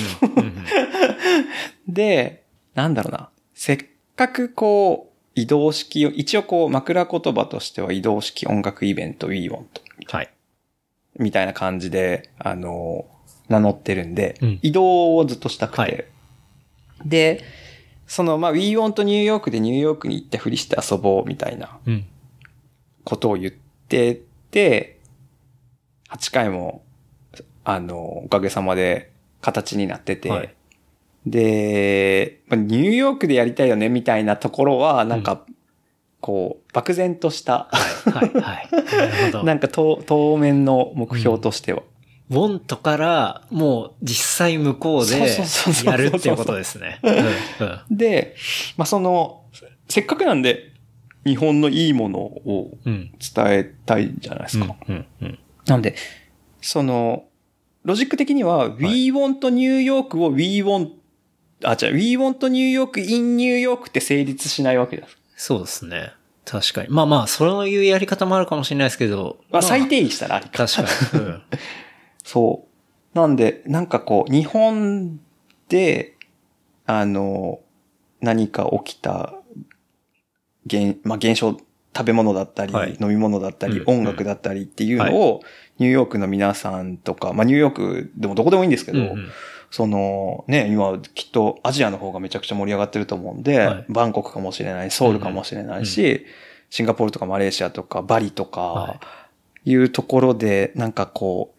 で、なんだろうな。せっかく移動式を、一応枕言葉としては移動式音楽イベント We Want みたいな感じで、名乗ってるんで、移動をずっとしたくて。で、We Want ニューヨークでニューヨークに行ってふりして遊ぼうみたいなことを言ってて、8回も、おかげさまで形になってて、で、ニューヨークでやりたいよねみたいなところは、なんか、漠然とした、なんか当面の目標としては。
ウォントからもう実際向こうでやるっていうことですね。
で、まあせっかくなんで日本のいいものを伝えたいじゃないですか。なんで、ロジック的には We Want New York を We Want New York in New York って成立しないわけです。
そうですね。確かに。まあまあ、そういうやり方もあるかもしれないですけど。
まあ、再定義したらありか。
確かに。
そう。なんで、なんか日本で、何か起きた現象、食べ物だったり、飲み物だったり、音楽だったりっていうのを、ニューヨークの皆さんとか、まあニューヨークでもどこでもいいんですけど、今きっとアジアの方がめちゃくちゃ盛り上がってると思うんで、バンコクかもしれない、ソウルかもしれないし、シンガポールとかマレーシアとかバリとか、いうところで、なんか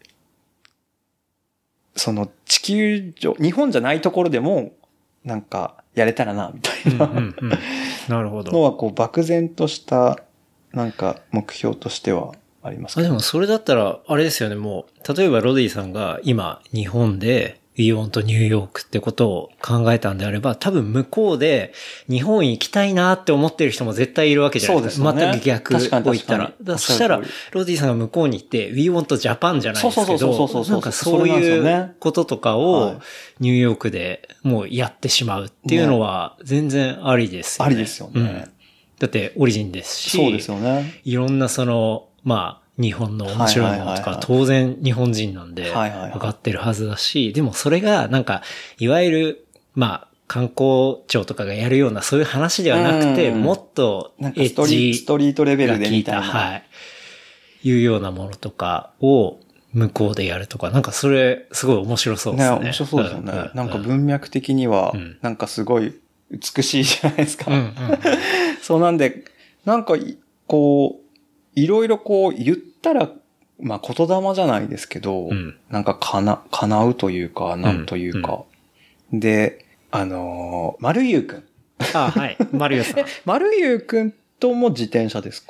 地球上、日本じゃないところでも、なんかやれたらな、みたいな。
なるほど。
のは漠然とした、なんか目標としてはありますかね。
でもそれだったら、あれですよね、もう、例えばロディさんが今、日本で、We Want New Yorkってことを考えたんであれば、多分向こうで日本行きたいなって思ってる人も絶対いるわけじゃないですか。そうですね。全く逆を言ったら。そしたら、ロディさんが向こうに行って、We Want Japan じゃないですけど、なんかそういうこととかをニューヨークでもうやってしまうっていうのは全然ありですよね。
ありですよね。
だってオリジンですし、
そうですよね。
いろんなまあ、日本の面白いものとか、当然日本人なんで、分かってるはずだし、でもそれがなんか、いわゆる、まあ、観光庁とかがやるようなそういう話ではなくて、もっとエッジ
ストリートレベルでみたいな。
いうようなものとかを向こうでやるとか、なんかそれ、すごい面白そうですね。
面白そうですよね。なんか文脈的には、なんかすごい美しいじゃないですか。そうなんで、なんか、いろいろ言ったら、まあ言霊じゃないですけど、なんか叶うというか、なんというか。で、丸優くん。
はい。丸優さん。
丸優くんとも自転車ですか？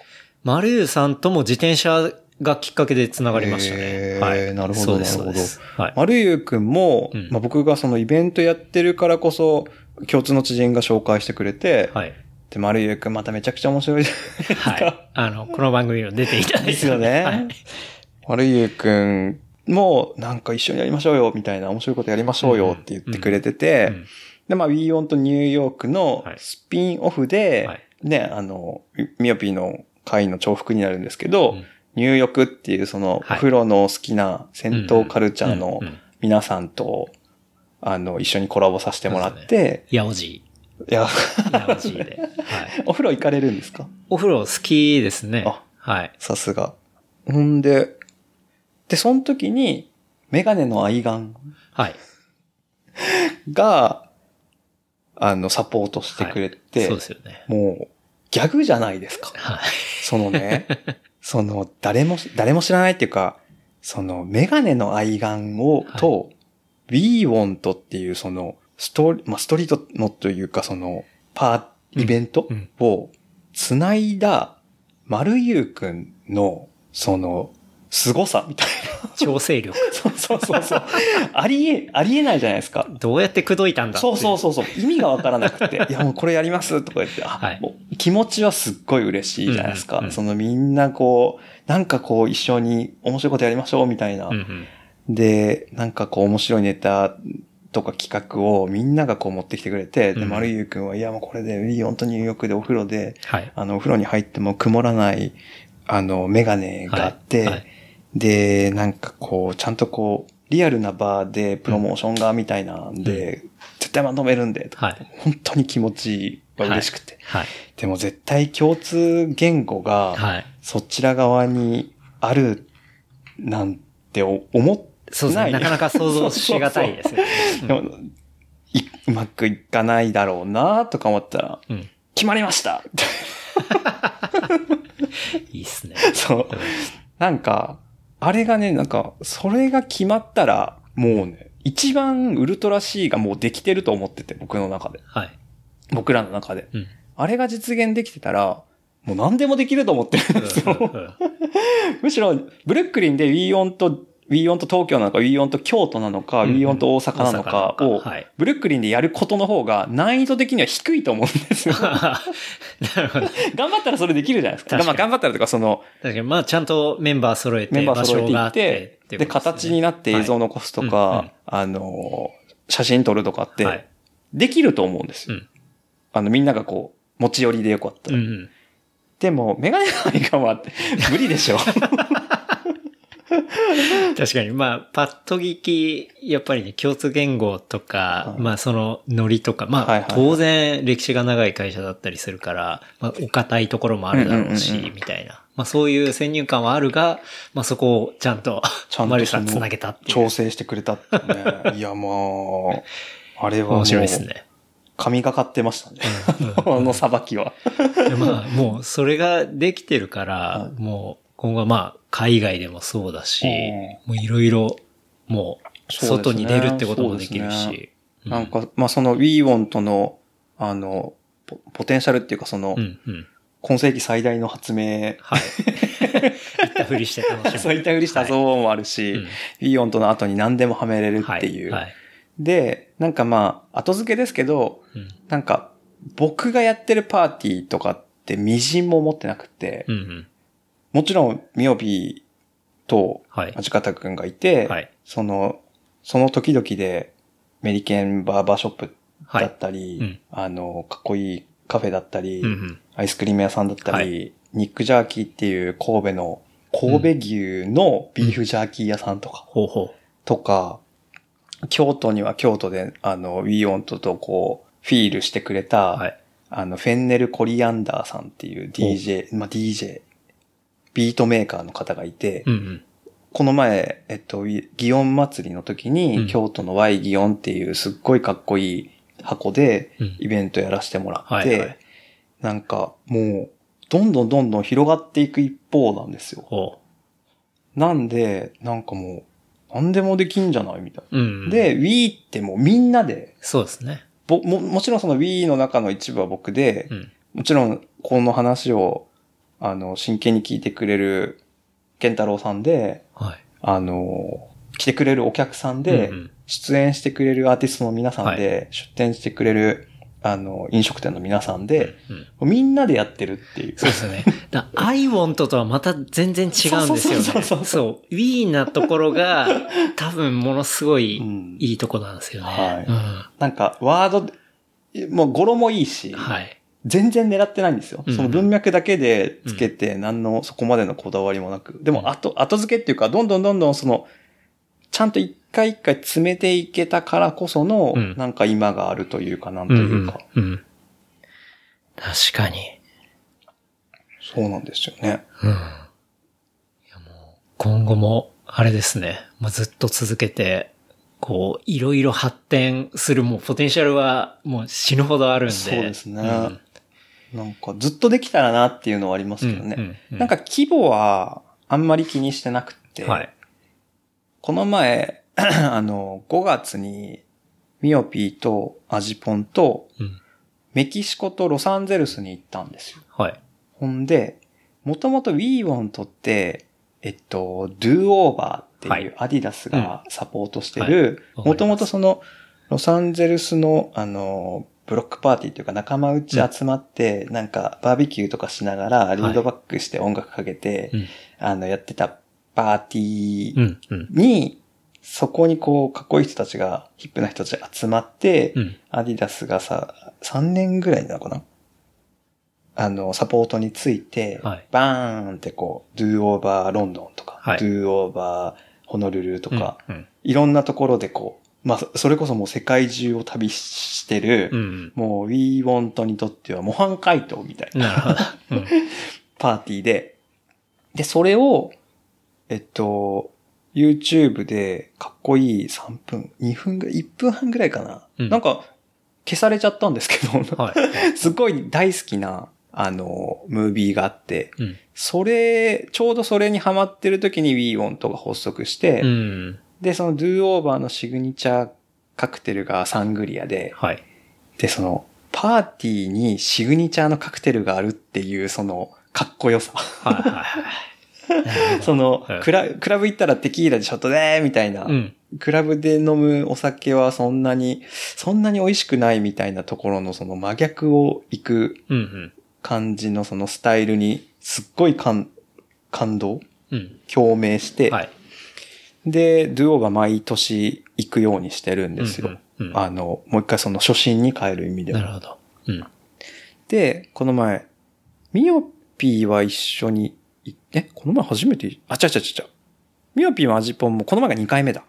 マルユさんとも自転車がきっかけで繋がりましたね。はい。
なるほど、なるほど。
はい。
マルユくんも、まあ、僕がそのイベントやってるからこそ、共通の知人が紹介してくれて、はい。で、マルユくんまためちゃくちゃ面白いじゃないですか。
はい。この番組にも出ていただいて。
ですよね。はい。マルユくんも、なんか一緒にやりましょうよ、みたいな面白いことやりましょうよって言ってくれてて、で、まあ、We Want New York のスピンオフで、はい、ね、ミオピーの会の重複になるんですけど、入浴っていうその、お風呂の好きな銭湯カルチャーの皆さんと、一緒にコラボさせてもらって、
ヤオジー。ヤオジーで。はい。
お風呂行かれるんですか？
お風呂好きですね。はい。
さすが。ほんで、その時に、メガネの愛玩。はい。が、サポートしてくれて、はい、
そうですよね。
もう、ギャグじゃないですか。はい。そのね、誰も知らないっていうか、メガネの愛玩を、はい、と、We Want っていうストリートのというか、イベントを繋いだ、マルユーくんの、凄さみたいな。
調整力。
そう。ありえないじゃないですか。
どうやって口説いたんだって。
そう。意味がわからなくて。いやもうこれやりますとか言って、はい、もう気持ちはすっごい嬉しいじゃないですか。みんななんか一緒に面白いことやりましょうみたいな。で、なんか面白いネタとか企画をみんなが持ってきてくれて、で、マルユーくんは、いやもうこれで、本当に入浴でお風呂で、はい、お風呂に入っても曇らない、メガネがあって、はいで、なんかちゃんとリアルな場でプロモーションがみたいなんで、絶対まとめるんで、はい、本当に気持ちが嬉しくて、はいはい。でも絶対共通言語が、そちら側にあるなんて思ってない。
そうですね。なかなか想像しがたいですね。でも
うまくいかないだろうなとか思ったら、決まりました
いいっすね。
そう。なんか、あれがね、なんか、それが決まったら、もうね、一番ウルトラ C がもうできてると思ってて、僕の中で。はい。僕らの中で。あれが実現できてたら、もう何でもできると思ってるんですよ。むしろ、ブルックリンで We Want東京なのか、We Want京都なのか、We Want大阪なのかを、ブルックリンでやることの方が難易度的には低いと思うんですよ。なるほど。頑張ったらそれできるじゃないですか。頑張ったらとか確
かにまあちゃんとメンバー揃えて、
いって、で、形になって映像を残すとか、写真撮るとかって、できると思うんですよ。みんなが持ち寄りでよかったら。でも、メガネのアイガンは無理でしょ。
確かに、まあ、パッと聞き、やっぱりね、共通言語とか、まあ、ノリとか、まあ、当然、歴史が長い会社だったりするから、まあ、お堅いところもあるだろうし、みたいな。まあ、そういう先入観はあるが、まあ、そこをちゃんとマリさん繋げたっていう。
調整してくれたってね。いや、まあ、あれはもう。
面白いですね。
神がかってましたね。さばきは。
まあ、もう、それができてるから、もう、今後はまあ、海外でもそうだし、もういろいろ、もう、外に出るってこともできるし。
なんか、まあWe Want の、ポテンシャルっていうか今世紀最大の発明。
はい。言ったふりして楽しむ。
そう言ったふりしたそうもあるし、We Want の後に何でもはめれるっていう。で、なんかまあ、後付けですけど、なんか、僕がやってるパーティーとかって微塵も持ってなくて、もちろん、ミオビーと、マジカタくんがいて、その時々で、メリケンバーバーショップだったり、かっこいいカフェだったり、アイスクリーム屋さんだったり、ニックジャーキーっていう神戸牛のビーフジャーキー屋さんとか、とか、京都には京都で、We Want とフィールしてくれた、フェンネル・コリアンダーさんっていう DJ、ビートメーカーの方がいて、この前、祇園祭りの時に、京都の Y 祇園っていうすっごいかっこいい箱でイベントやらせてもらって、なんかもう、どんどん広がっていく一方なんですよ。なんで、なんかもう、何でもできんじゃないみたいな。で、Wii ってもうみんなで、
そうですね。
もちろんその Wii の中の一部は僕で、もちろんこの話を、 真剣に聞いてくれる健太郎さんで、
はい。
来てくれるお客さんで、
うんうん、
出演してくれるアーティストの皆さんで、はい、出展してくれる、飲食店の皆さんで、うん、みんなでやってるっていう。
そうですね。I want とはまた全然違うんですよね。そう。We なところが、多分ものすごいいいとこなんですよね。
はい。うん、なんか、ワード、もう語呂もいいし、はい。全然狙ってないんですよ。その文脈だけでつけて、何のそこまでのこだわりもなく。でも、後付けっていうか、どんどんちゃんと一回一回詰めていけたからこその、なんか今があるというか、なんというか。
確かに。
そうなんですよね。
いやもう、今後も、あれですね。ずっと続けて、こう、いろいろ発展するもうポテンシャルはもう死ぬほどあるんで。そう
ですね。なんかずっとできたらなっていうのはありますけどね。なんか規模はあんまり気にしてなくて。はい。この前、5月に、ミオピーとアジポンと、メキシコとロサンゼルスに行ったんですよ。はい。ほんで、もともと WeWant って、Do Over っていうアディダスがサポートしてる、もともとその、ロサンゼルスの、ブロックパーティーというか仲間内集まって、なんかバーベキューとかしながら、リードバックして音楽かけて、やってたパーティーに、そこにこう、かっこいい人たちが、ヒップな人たちが集まって、アディダスが3年ぐらいなのかな？サポートについて、バーンってこう、Do Over ロンドンとか、Do Over ホノルルとか、いろんなところでこう、まあ、それこそもう世界中を旅してる、もう WeWant にとっては模範解答みたいな、パーティーで、それを、YouTube でかっこいい3分、2分ぐらい、1分半ぐらいかな。なんか、消されちゃったんですけど、すごい大好きな、ムービーがあって、ちょうどそれにハマってる時に WeWant が発足して、で、その Do Over のシグニチャーカクテルがサングリアで、で、その、パーティーにシグニチャーのカクテルがあるっていう、その、かっこよさ。その、クラブ行ったらテキーラでショットでーみたいな、クラブで飲むお酒はそんなに美味しくないみたいなところのその真逆を行く感じのそのスタイルにすっごい感動、共鳴して、で、ドゥオーが毎年行くようにしてるんですよ。もう一回その初心に帰る意味では。なるほど。で、この前、ミオピーは一緒にこの前初めて、違う。ミオピーもアジポンもこの前が2回目だ。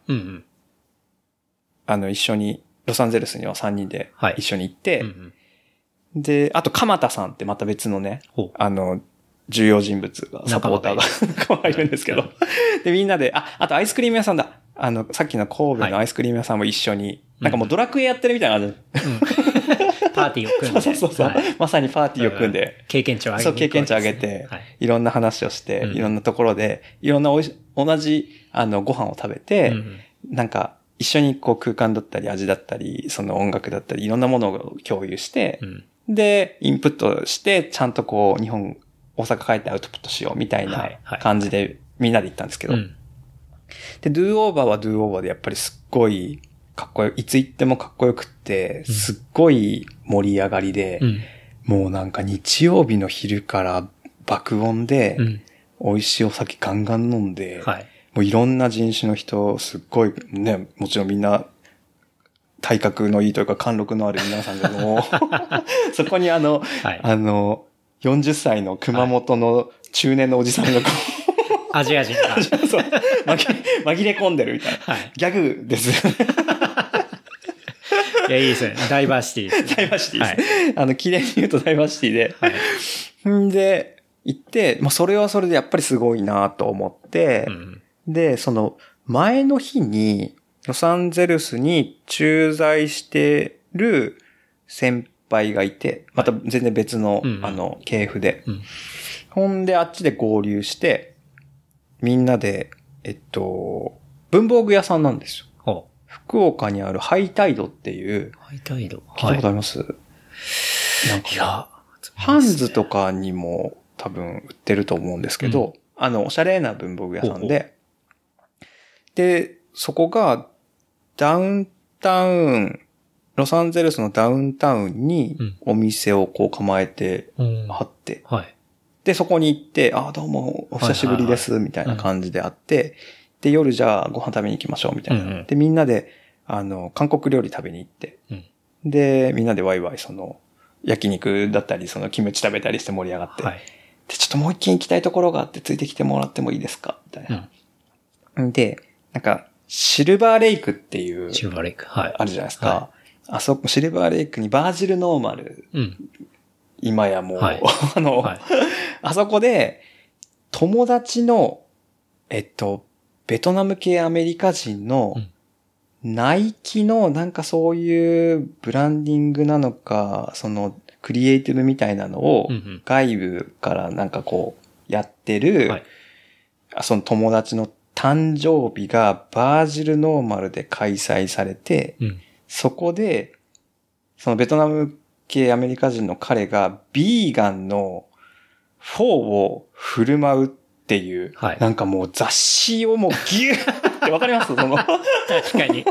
一緒に、ロサンゼルスには3人で一緒に行って、で、あと、鎌田さんってまた別のね、重要人物が、サポーターがいるんですけど。で、みんなで、あとアイスクリーム屋さんだ。さっきの神戸のアイスクリーム屋さんも一緒に、なんかもうドラクエやってるみたいな感じ。
パーティーを組んで。
そう。まさにパーティーを組んで。
経験値を上げて。
そう、経験値を上げて、いろんな話をして、いろんなところで、いろんな同じ、ご飯を食べて、なんか、一緒にこう空間だったり味だったり、その音楽だったり、いろんなものを共有して、で、インプットして、ちゃんとこう、大阪帰ってアウトプットしようみたいな感じでみんなで行ったんですけど。で、Do Over は Do Over でやっぱりすっごいかっこよいつ行ってもかっこよくって、すっごい盛り上がりで、もうなんか日曜日の昼から爆音で、美味しいお酒ガンガン飲んで、もういろんな人種の人、すっごいね、もちろんみんな、体格のいいというか貫禄のある皆さんでも、そこに40歳の熊本の中年のおじさんが
アジア人が。
そう。紛れ込んでるみたいな。ギャグですよね。
いや、いいですね。ダイバーシティです、ね。
ダイバーシティです。綺麗に言うとダイバーシティで。で、行って、それはそれでやっぱりすごいなと思って、で、その前の日に、ロサンゼルスに駐在してる先輩がいて、また全然別の、系譜で。ほんで、あっちで合流して、みんなで、文房具屋さんなんですよ。福岡にあるハイタイドっていう。
ハイタイド。
聞いたことあります？なんか、ハンズとかにも多分売ってると思うんですけど、おしゃれな文房具屋さんで、で、そこがダウンタウン、ロサンゼルスのダウンタウンにお店をこう構えてあって、はい、で、そこに行って、どうもお久しぶりです、みたいな感じであって、で、夜じゃあご飯食べに行きましょう、みたいな。で、みんなで、韓国料理食べに行って、で、みんなでワイワイ焼肉だったり、キムチ食べたりして盛り上がって、はい、で、ちょっともう一軒行きたいところがあってついてきてもらってもいいですかみたいな。で、なんか、シルバーレイクっていう、
シルバーレイク。はい。
あるじゃないですか。はい、シルバーレイクにバージルノーマル。今やもう、はい、あそこで、友達の、ベトナム系アメリカ人の、ナイキのなんかそういうブランディングなのか、クリエイティブみたいなのを外部からなんかこうやってる、はい、その友達の誕生日がバージルノーマルで開催されて、そこで、そのベトナム系アメリカ人の彼がビーガンのフォーを振る舞うっていう、はい、なんかもう雑誌をもうギューってわかります確
かに。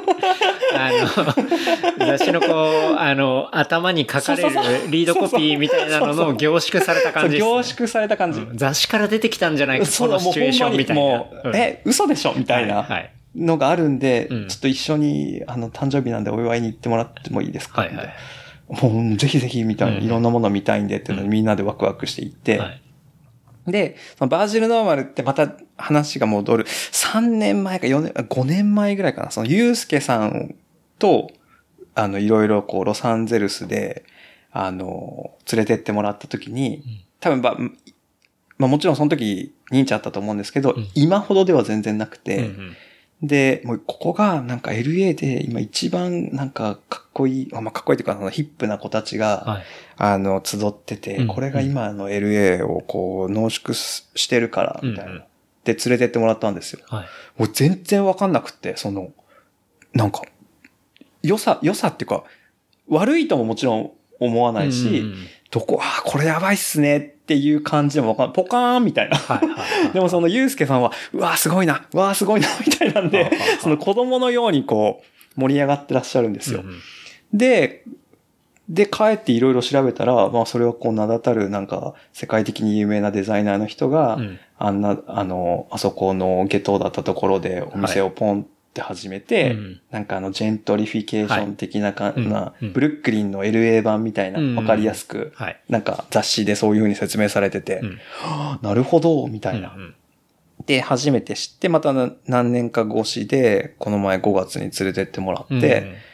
雑誌の頭に書かれるリードコピーみたいなのの凝縮された感じですね。
凝縮された感じ。
雑誌から出てきたんじゃないか、このシチュエーションみたいな。もう
嘘でしょみたいなのがあるんで、ちょっと一緒に誕生日なんでお祝いに行ってもらってもいいですか、はいはい、もうぜひぜひみたいな、いろんなもの見たいんでっていうのにみんなでワクワクしていって、はい、で、そのバージルノーマルってまた話が戻る。3年前か5年前ぐらいかな。ユースケさんと、いろいろこう、ロサンゼルスで、連れてってもらった時に、多分もちろんその時認知あったと思うんですけど、今ほどでは全然なくて、で、もうここがなんか LA で今一番なんかかっこいい、かっこいいというかヒップな子たちが、はい、集ってて、これが今の LA をこう濃縮してるから、みたいな。で、連れてってもらったんですよ。はい、もう全然わかんなくって、なんか、良さっていうか、悪いとももちろん思わないし、これやばいっすねっていう感じでもわかんない。ポカーンみたいな。でもゆうすけさんは、すごいな、すごいな、みたいなんで、子供のようにこう、盛り上がってらっしゃるんですよ。で、帰っていろいろ調べたら、それをこう名だたるなんか、世界的に有名なデザイナーの人が、あそこのゲトだったところでお店をポンって始めて、なんかジェントリフィケーション的なブルックリンの LA 版みたいな、わかりやすく、なんか雑誌でそういう風に説明されてて、なるほど、みたいな。で、初めて知って、また何年か越しで、この前5月に連れてってもらって、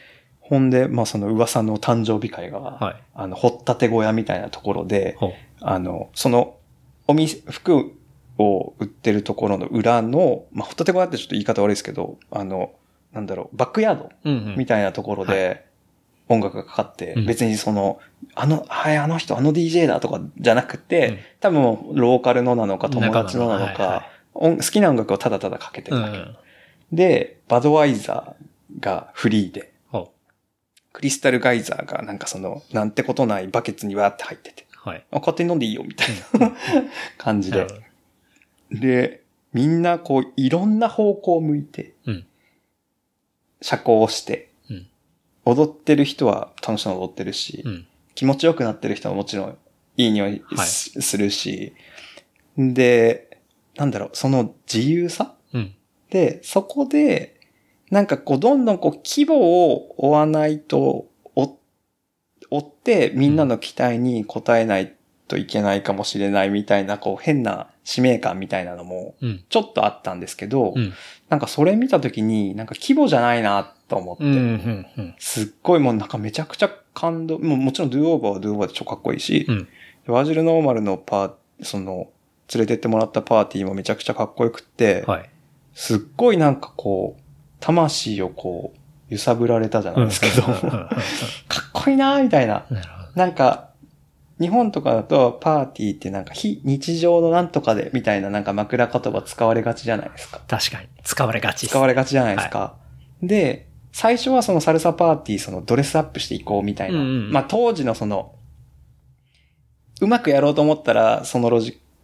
ほんで、その噂の誕生日会が、掘ったて小屋みたいなところで、服を売ってるところの裏の、掘ったて小屋ってちょっと言い方悪いですけど、バックヤードみたいなところで音楽がかかって、別にあの人、DJ だとかじゃなくて、多分ローカルのなのか友達のなのか、好きな音楽をただただかけてるだけ。で、バドワイザーがフリーで、クリスタルガイザーがなんかなんてことないバケツにわーって入ってて。はい。勝手に飲んでいいよみたいな感じで。で、みんなこういろんな方向を向いて、社交をして、踊ってる人は楽しそうに踊ってるし、気持ちよくなってる人はもちろんいい匂いするし、で、その自由さ、で、そこで、なんかこう、どんどんこう、規模を追わないと、追ってみんなの期待に応えないといけないかもしれないみたいな、こう、変な使命感みたいなのも、ちょっとあったんですけど、なんかそれ見たときに、なんか規模じゃないなと思って、すっごいもうなんかめちゃくちゃ感動、もちろんドゥオーバーはドゥオーバーで超かっこいいし、バージルノーマルの連れてってもらったパーティーもめちゃくちゃかっこよくって、すっごいなんかこう、魂をこう、揺さぶられたじゃないですけど、かっこいいなーみたいな。なんか、日本とかだとパーティーってなんか非日常のなんとかでみたいななんか枕言葉使われがちじゃないですか。
確かに。使われがちです。
使われがちじゃないですか。で、最初はサルサパーティードレスアップしていこうみたいな。当時のうまくやろうと思ったらそのロジッ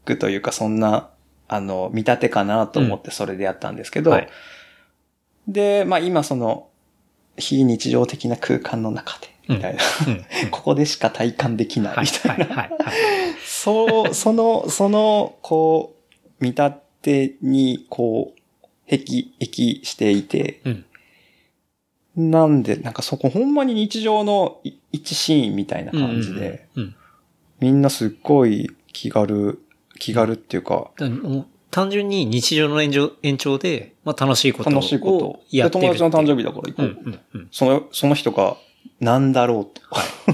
クというかそんな、見立てかなと思ってそれでやったんですけど、はい、で、まあ今その、非日常的な空間の中で、みたいな、ここでしか体感できないみたいな、その、こう、見立てに、こう、駅していて、なんで、なんかそこほんまに日常の一シーンみたいな感じで、みんなすっごい気軽っていうか、
単純に日常の延長で、まあ楽しいことをやってる。
友達の誕生日だから行こう。その人が何だろうと。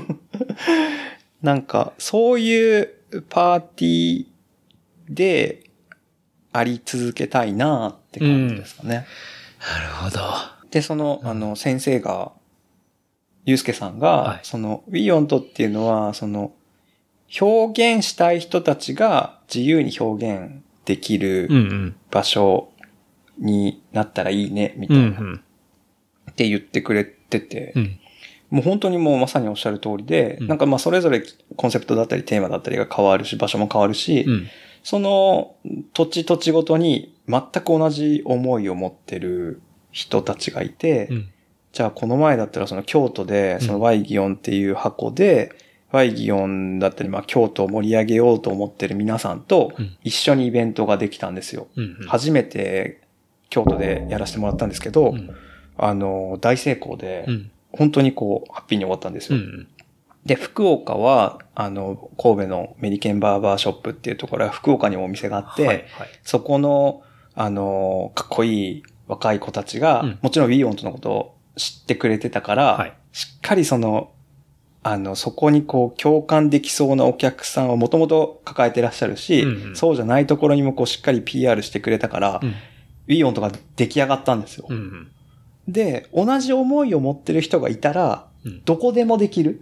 なんか、そういうパーティーであり続けたいなって感じですかね。
なるほど。
で、先生が、ゆうすけさんが、その、ウィオントっていうのは、その、表現したい人たちが自由に表現できる場所になったらいいね、みたいな。って言ってくれてて、もう本当にもうまさにおっしゃる通りで、なんかまあそれぞれコンセプトだったりテーマだったりが変わるし、場所も変わるし、その土地ごとに全く同じ思いを持ってる人たちがいて、じゃあこの前だったらその京都で、その Y 祇園っていう箱で、Y 祇園だったり、まあ京都を盛り上げようと思ってる皆さんと一緒にイベントができたんですよ。初めて京都でやらせてもらったんですけど、大成功で、本当にこう、ハッピーに終わったんですよ。で、福岡は、神戸のメリケンバーバーショップっていうところは福岡にもお店があって、そこの、かっこいい若い子たちが、もちろんウィーオントのことを知ってくれてたから、しっかりそこにこう共感できそうなお客さんをもともと抱えてらっしゃるし、そうじゃないところにもこうしっかり PR してくれたから、ウィーオントが出来上がったんですよ。で、同じ思いを持ってる人がいたら、どこでもできる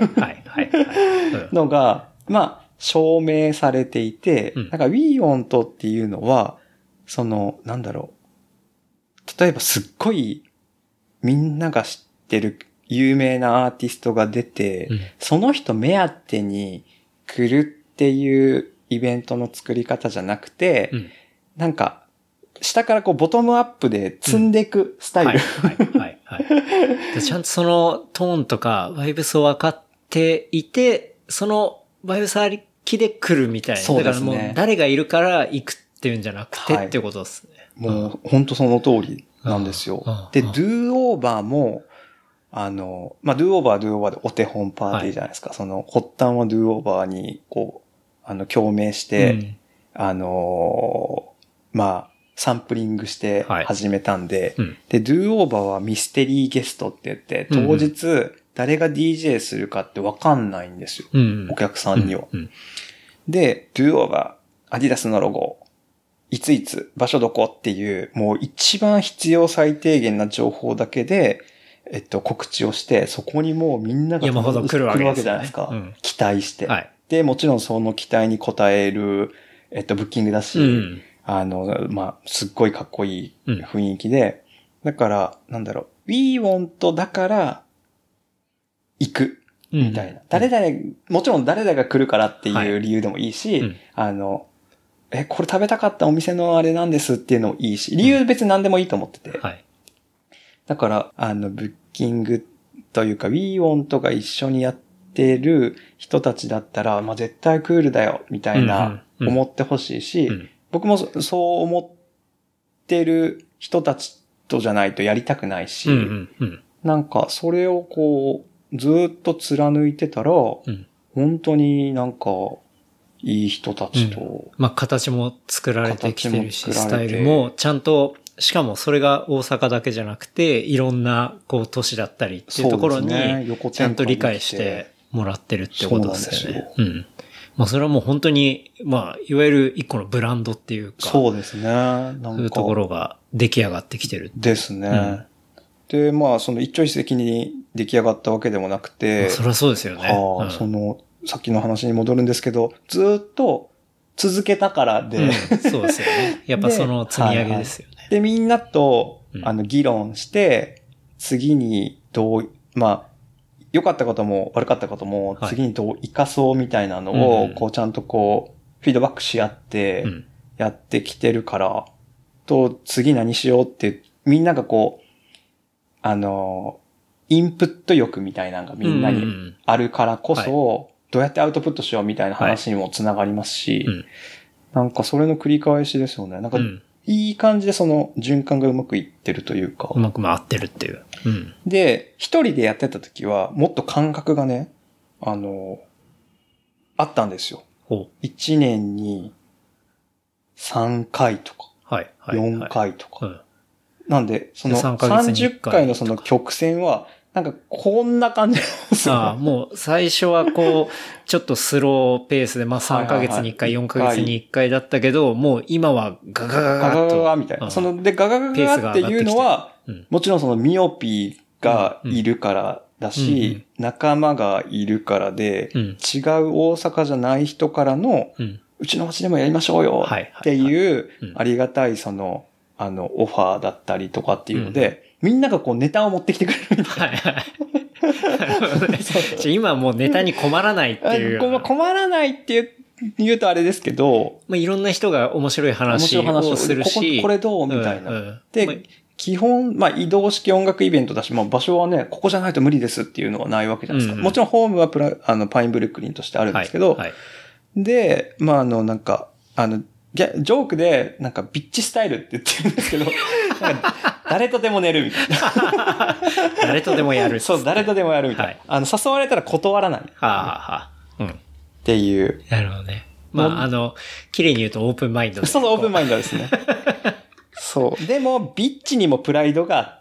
のが、まあ、証明されていて、なんか We Want っていうのは、なんだろう。例えばすっごいみんなが知ってる有名なアーティストが出て、その人目当てに来るっていうイベントの作り方じゃなくて、なんか、下からこうボトムアップで積んでいくスタイル。
ちゃんとそのトーンとかバイブスを分かっていて、そのバイブスありきで来るみたいな。
そうですね。
だからもう誰がいるから行くっていうんじゃなくてっていうことですね。
もう本当その通りなんですよ。で、ドゥーオーバーも、まあ、ドゥーオーバーでお手本パーティーじゃないですか。その発端はドゥーオーバーにこう、共鳴して、まあ、サンプリングして始めたんで、で、ドゥーオーバーはミステリーゲストって言って、当日誰が DJ するかってわかんないんですよ。お客さんには。で、ドゥーオーバー、アディダスのロゴ、いついつ、場所どこっていう、もう一番必要最低限な情報だけで、告知をして、そこにもうみんなが
山ほど来るわけ
じゃないですか。期待して。で、もちろんその期待に応える、ブッキングだし、まあ、すっごいかっこいい雰囲気で、だから、なんだろう、We Want だから、行く、みたいな。もちろん誰々が来るからっていう理由でもいいし、これ食べたかったお店のあれなんですっていうのもいいし、理由別に何でもいいと思ってて。だから、ブッキングというか、We Want が一緒にやってる人たちだったら、まあ、絶対クールだよ、みたいな、思ってほしいし、僕もそう思ってる人たちとじゃないとやりたくないし、なんかそれをこう、ずっと貫いてたら、本当になんか、いい人たちと、
まあ形も作られてきてるし、スタイルもちゃんと、しかもそれが大阪だけじゃなくて、いろんなこう都市だったりっていうところに、ちゃんと理解してもらってるってことですよね。まあそれはもう本当に、まあいわゆる一個のブランドっていうか、
そうですね。
そういうところが出来上がってきてる
ですね。で、まあその一朝一夕に出来上がったわけでもなくて、
そりゃそうですよね。
さっきの話に戻るんですけど、ずっと続けたからで、
そうですよね。やっぱその積み上げですよね。
で、みんなと、議論して、次にまあ、良かったことも悪かったことも、次にどう活かそうみたいなのを、こう、ちゃんとこう、 フィードバックし合ってやってきてるから、次何しようって、みんながこう、インプット欲みたいなのがみんなにあるからこそ、どうやってアウトプットしようみたいな話にもつながりますし、なんかそれの繰り返しですよね。なんか、いい感じでその循環がうまくいってるというか。
うまく回ってるっていう。
で、一人でやってた時は、もっと感覚がね、あったんですよ。1年に3回とか、4回とか。なんで、その30回のその曲線は、なんかこんな感じなんですよ。
もう最初はこう、ちょっとスローペースで、まあ3ヶ月に1回、4ヶ月に1回だったけど、もう今はガガガガッと。
ガガガみたいな。で、ガガガガっていうのは、もちろんそのミオピーがいるからだし、仲間がいるからで、違う大阪じゃない人からの、うちの町でもやりましょうよっていう、ありがたいその、オファーだったりとかっていうので、みんながこうネタを持ってきてくれるみたいな。
今もうネタに困らないっていう。
困らないって言うとあれですけど、
まあ、いろんな人が面白い話をするし。
これどうみたいな。で、基本、まあ移動式音楽イベントだし、まあ場所はね、ここじゃないと無理ですっていうのはないわけじゃないですか。もちろんホームはパインブルックリンとしてあるんですけど、で、まあなんか、ジョークで、なんかビッチスタイルって言ってるんですけど、誰とでも寝るみたいな。
誰とでもやる。
そう、誰とでもやるみたいな。誘われたら断らない。っていう。
なるほどね。まあ、綺麗に言うとオープンマインドです。
そう、オープンマインドですね。そう。でも、ビッチにもプライドがあって、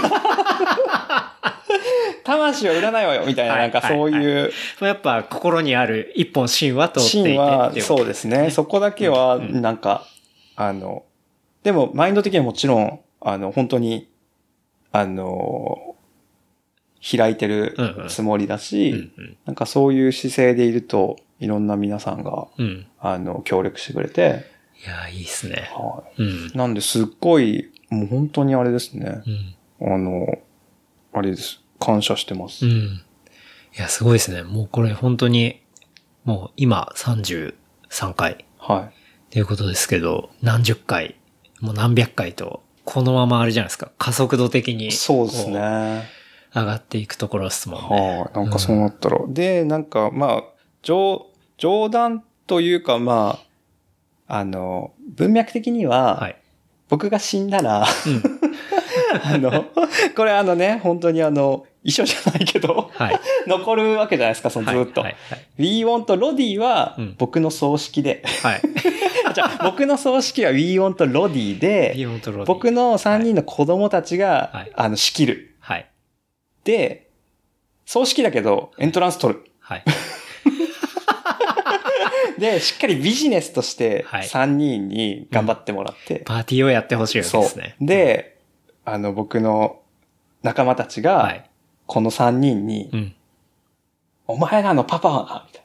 魂は売らないわよ、みたいな、なんかそういう。
やっぱ心にある一本芯は通っていて。
芯は、そうですね。そこだけは、なんか、でも、マインド的にはもちろん、本当に、開いてるつもりだし、なんかそういう姿勢でいると、いろんな皆さんが、協力してくれて。
いや、いいっすね。
なんで、すっごい、もう本当にあれですね。あれです。感謝してます。
いや、すごいですね。もうこれ本当に、もう今33回。っていうことですけど、何十回、もう何百回と、このままあれじゃないですか。加速度的に。
そうですね。
上がっていくところですもんね。
なんかそうなったら。で、なんかまあ、冗談というかまあ、文脈的には、僕が死んだら、これ本当に一緒じゃないけど、残るわけじゃないですか、そのずっと。We Want Lodi は僕の葬式で。じゃあ僕の葬式は We Want Lodi で、僕の3人の子供たちが、仕切る。で、葬式だけど、エントランス取る。で、しっかりビジネスとして3人に頑張ってもらって。
パーティーをやってほしいわけですね。
で、僕の仲間たちが、この3人に、お前らのパパは、み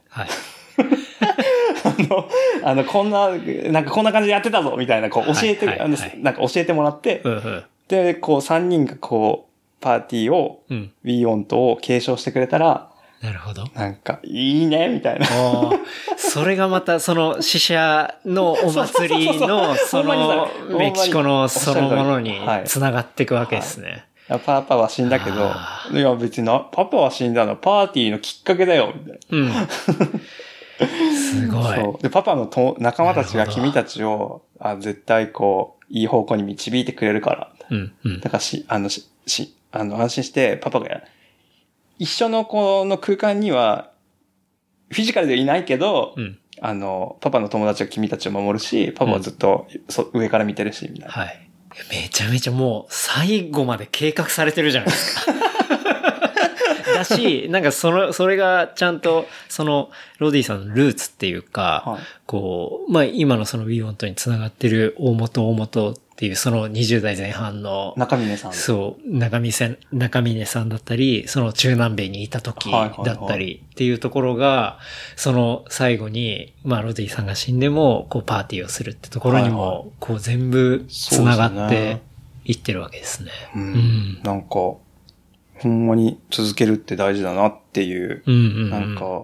たいな。こんな感じでやってたぞ、みたいな、こう教えて、なんか教えてもらって、で、こう3人がこう、パーティーを、We Want を継承してくれたら、
なるほど。
なんか、いいね、みたいな。
それがまた、その、死者のお祭りの、その、メキシコのそのものに繋がっていくわけですね。
パパは死んだけど、いや別にパパは死んだのパーティーのきっかけだよ、みたいな。
すごい。
そう。で、パパの仲間たちが君たちを、絶対こう、いい方向に導いてくれるから。だから安心してパパが一緒のこの空間には、フィジカルでいないけど、パパの友達が君たちを守るし、パパはずっと、上から見てるし、みたいな。
めちゃめちゃもう、最後まで計画されてるじゃないですか。だし、なんかそれがちゃんと、ロディさんのルーツっていうか、こう、まあ今のその We Want に繋がってる大元っていうその20代前半の
中峰さん。
そう、中峰さんだったり、その中南米にいた時だったりっていうところが、その最後に、まあロディさんが死んでも、こうパーティーをするってところにも、こう全部繋がっていってるわけですね。
なんか、ほんまに続けるって大事だなっていう、なんか、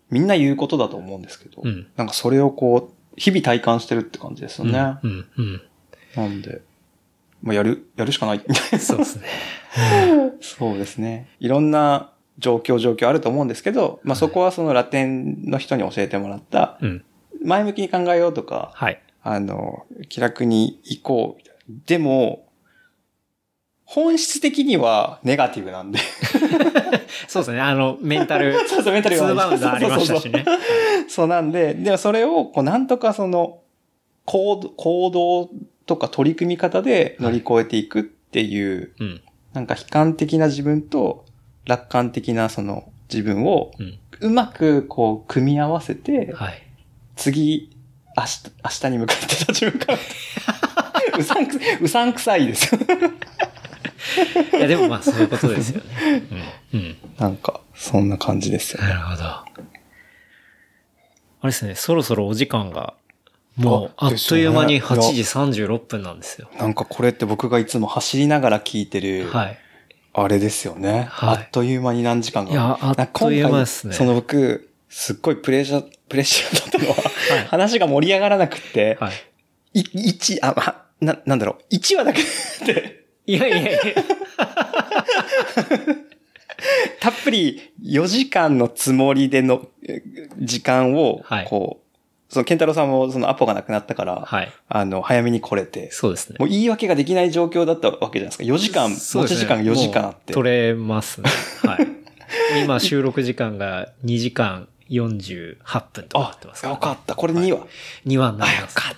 みんな言うことだと思うんですけど、
うん、
なんかそれをこう、日々体感してるって感じですよね。なんで、まあ、やるしかない。
そうですね。
そうですね。いろんな状況あると思うんですけど、まあ、そこはそのラテンの人に教えてもらった、前向きに考えようとか、
はい。
気楽に行こうみたいな。でも、本質的にはネガティブなんで。
そうですね。メンタル。
そうそう、メンタル
が。2バウンドありましたしね。
そうなんで、でもそれを、こう、なんとかその、行動とか取り組み方で乗り越えていくっていう、なんか悲観的な自分と楽観的なその自分を、うまくこう、組み合わせて、次、明日に向かって立ち向かう。うさんくさいですよ。
いや、でもまあそういうことですよね。
なんか、そんな感じですよね。
なるほど。あれですね、そろそろお時間が、もう、あっという間に8時36分なんですよ。
なんかこれって僕がいつも走りながら聞いてる、あれですよね。あっという間に何時間が。
いや、あっという間ですね。
その僕、すっごいプレッシャーだったのは、話が盛り上がらなくって、なんだろう、1話だけで、
いや。
たっぷり4時間のつもりでの時間を、こう、そのケンタロウさんもそのアポがなくなったから、早めに来れて、
そうですね。
もう言い訳ができない状況だったわけじゃないですか。4時間、持ち時間4時間あって。
取れますね。はい。今収録時間が2時間48分となってますから、
よかった。これ2話。
2話になります。
よかった。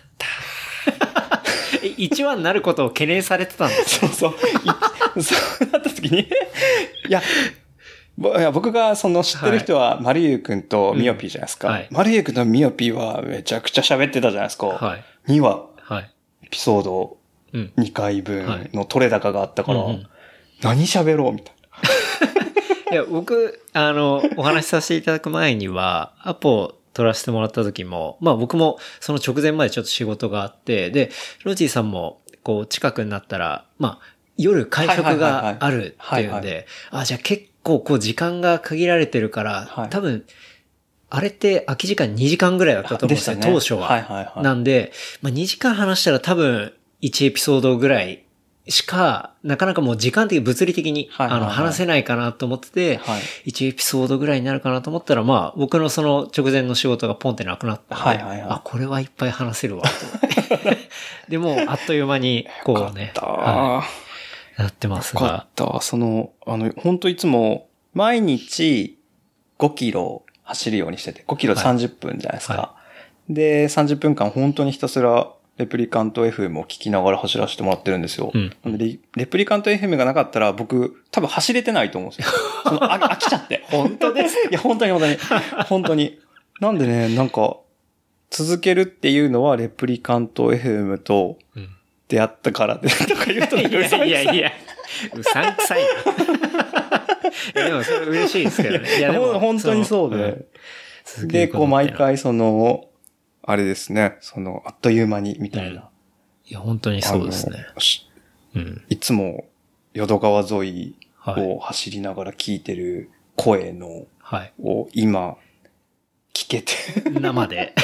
1話になることを懸念されてたんです
よ。そうなった時に、いや、僕がその知ってる人は、マルユー君とミオピーじゃないですか。マルユー君とミオピーはめちゃくちゃ喋ってたじゃないですか。2話、エピソード2回分の取れ高があったから、何喋ろうみたいな。
いや、僕、お話しさせていただく前には、アポ取らせてもらった時も、まあ僕もその直前までちょっと仕事があって、で、ロジーさんも、こう、近くになったら、まあ、夜会食があるっていうんで、じゃあ結構こう時間が限られてるから、多分、あれって空き時間2時間ぐらいだったと思うんですよ、当初は。なんで、まあ2時間話したら多分1エピソードぐらいしか、なかなかもう時間的、物理的に、話せないかなと思ってて、1エピソードぐらいになるかなと思ったら、まあ、僕のその直前の仕事がポンってなくなったので、これはいっぱい話せるわ、と思って。でも、あっという間に、こうね、なってますが。
よかった。本当いつも、毎日5キロ走るようにしてて、5キロ30分じゃないですか。で、30分間本当にひたすら、レプリカント FM を聞きながら走らせてもらってるんですよ。レプリカント FM がなかったら僕多分走れてないと思うんですよ。飽きちゃって。
本当ですか？
いや、本当に。なんでね、なんか、続けるっていうのはレプリカント FM と出会ったからで、とか言うとなんかうさんくさい。
いや、うさんくさいな。でもそれ嬉しいですけどね。いや、でも
本当にそうで。で、こう毎回あれですね、あっという間に、みたいな。
いや、本当にそうですね。
いつも、淀川沿いを走りながら聞いてる声の、を今、聞けて。
生で。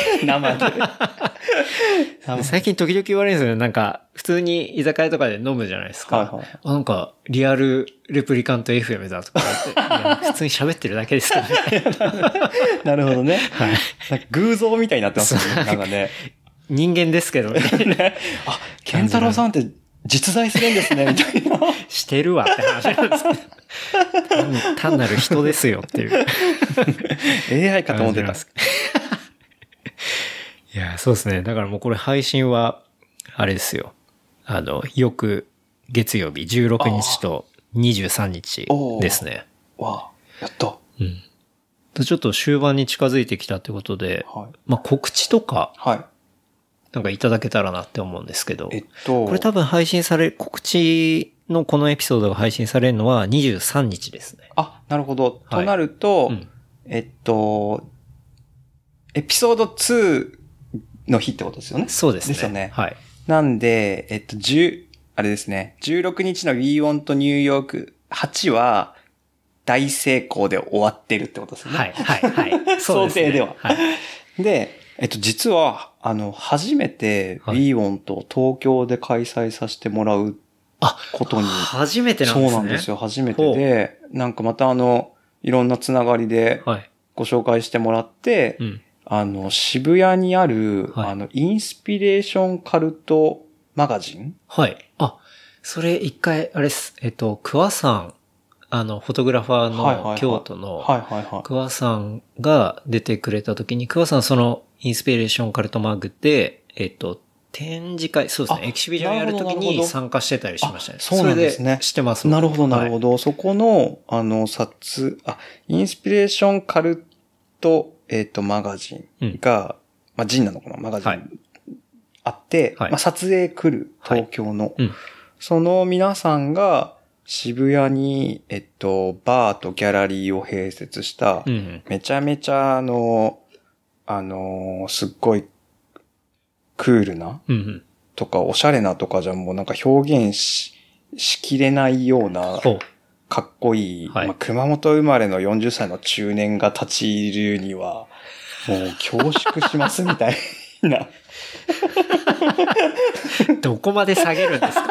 生で。
最近時々言われるんですよね。なんか、普通に居酒屋とかで飲むじゃないですか。なんか、リアルレプリカント FM だとか言って、いや普通に喋ってるだけですからね。
なるほどね。なんか偶像みたいになってますね。なんかね。
人間ですけどね。
ケンタロウさんって実在するんですね、みたいな。
してるわって話なんですけど。単なる人ですよっていう。
AI かと思ってた。
いや、そうですね。だからもうこれ配信は、あれですよ。月曜日16日と23日ですね。
わあ、やった。
ちょっと終盤に近づいてきたってことで、まあ告知とか、なんかいただけたらなって思うんですけど、これ多分告知のこのエピソードが配信されるのは23日ですね。
なるほど。となると、エピソード2の日ってことですよね。
そうですね。
ですよね。
はい。
なんで、あれですね、16日の We Want New York 8は、 大成功で終わってるってことですね。
はい、はい、はい。
想定では。
はい、
で、実は、初めて WeWant を東京で開催させてもらうことに。
初めてなんですね。
そうなんですよ。初めてで、なんかまたいろんなつながりでご紹介してもらって、はい、渋谷にある、はい、インスピレーションカルトマガジン？
はい。それ一回、あれです。桑さん、フォトグラファーの京都の、桑さんが出てくれた時に、桑さんそのインスピレーションカルトマグで、展示会、そうですね、エキシビジョンやる時に参加してたりしましたね。
そうなんですね。
知ってます。
なるほど、なるほど。はい、そこの、インスピレーションカルト、マガジンが、まあ、ジンなのかな、マガジンあって、はい、まあ、撮影来る、東京の。はい、その皆さんが、渋谷に、バーとギャラリーを併設した、めちゃめちゃすっごいクールな、とか、おしゃれなとかじゃもうなんか表現しきれないような、かっこいい、はい、まあ、熊本生まれの40歳の中年が立ち入るには、もう恐縮しますみたいな。
どこまで下げるんですか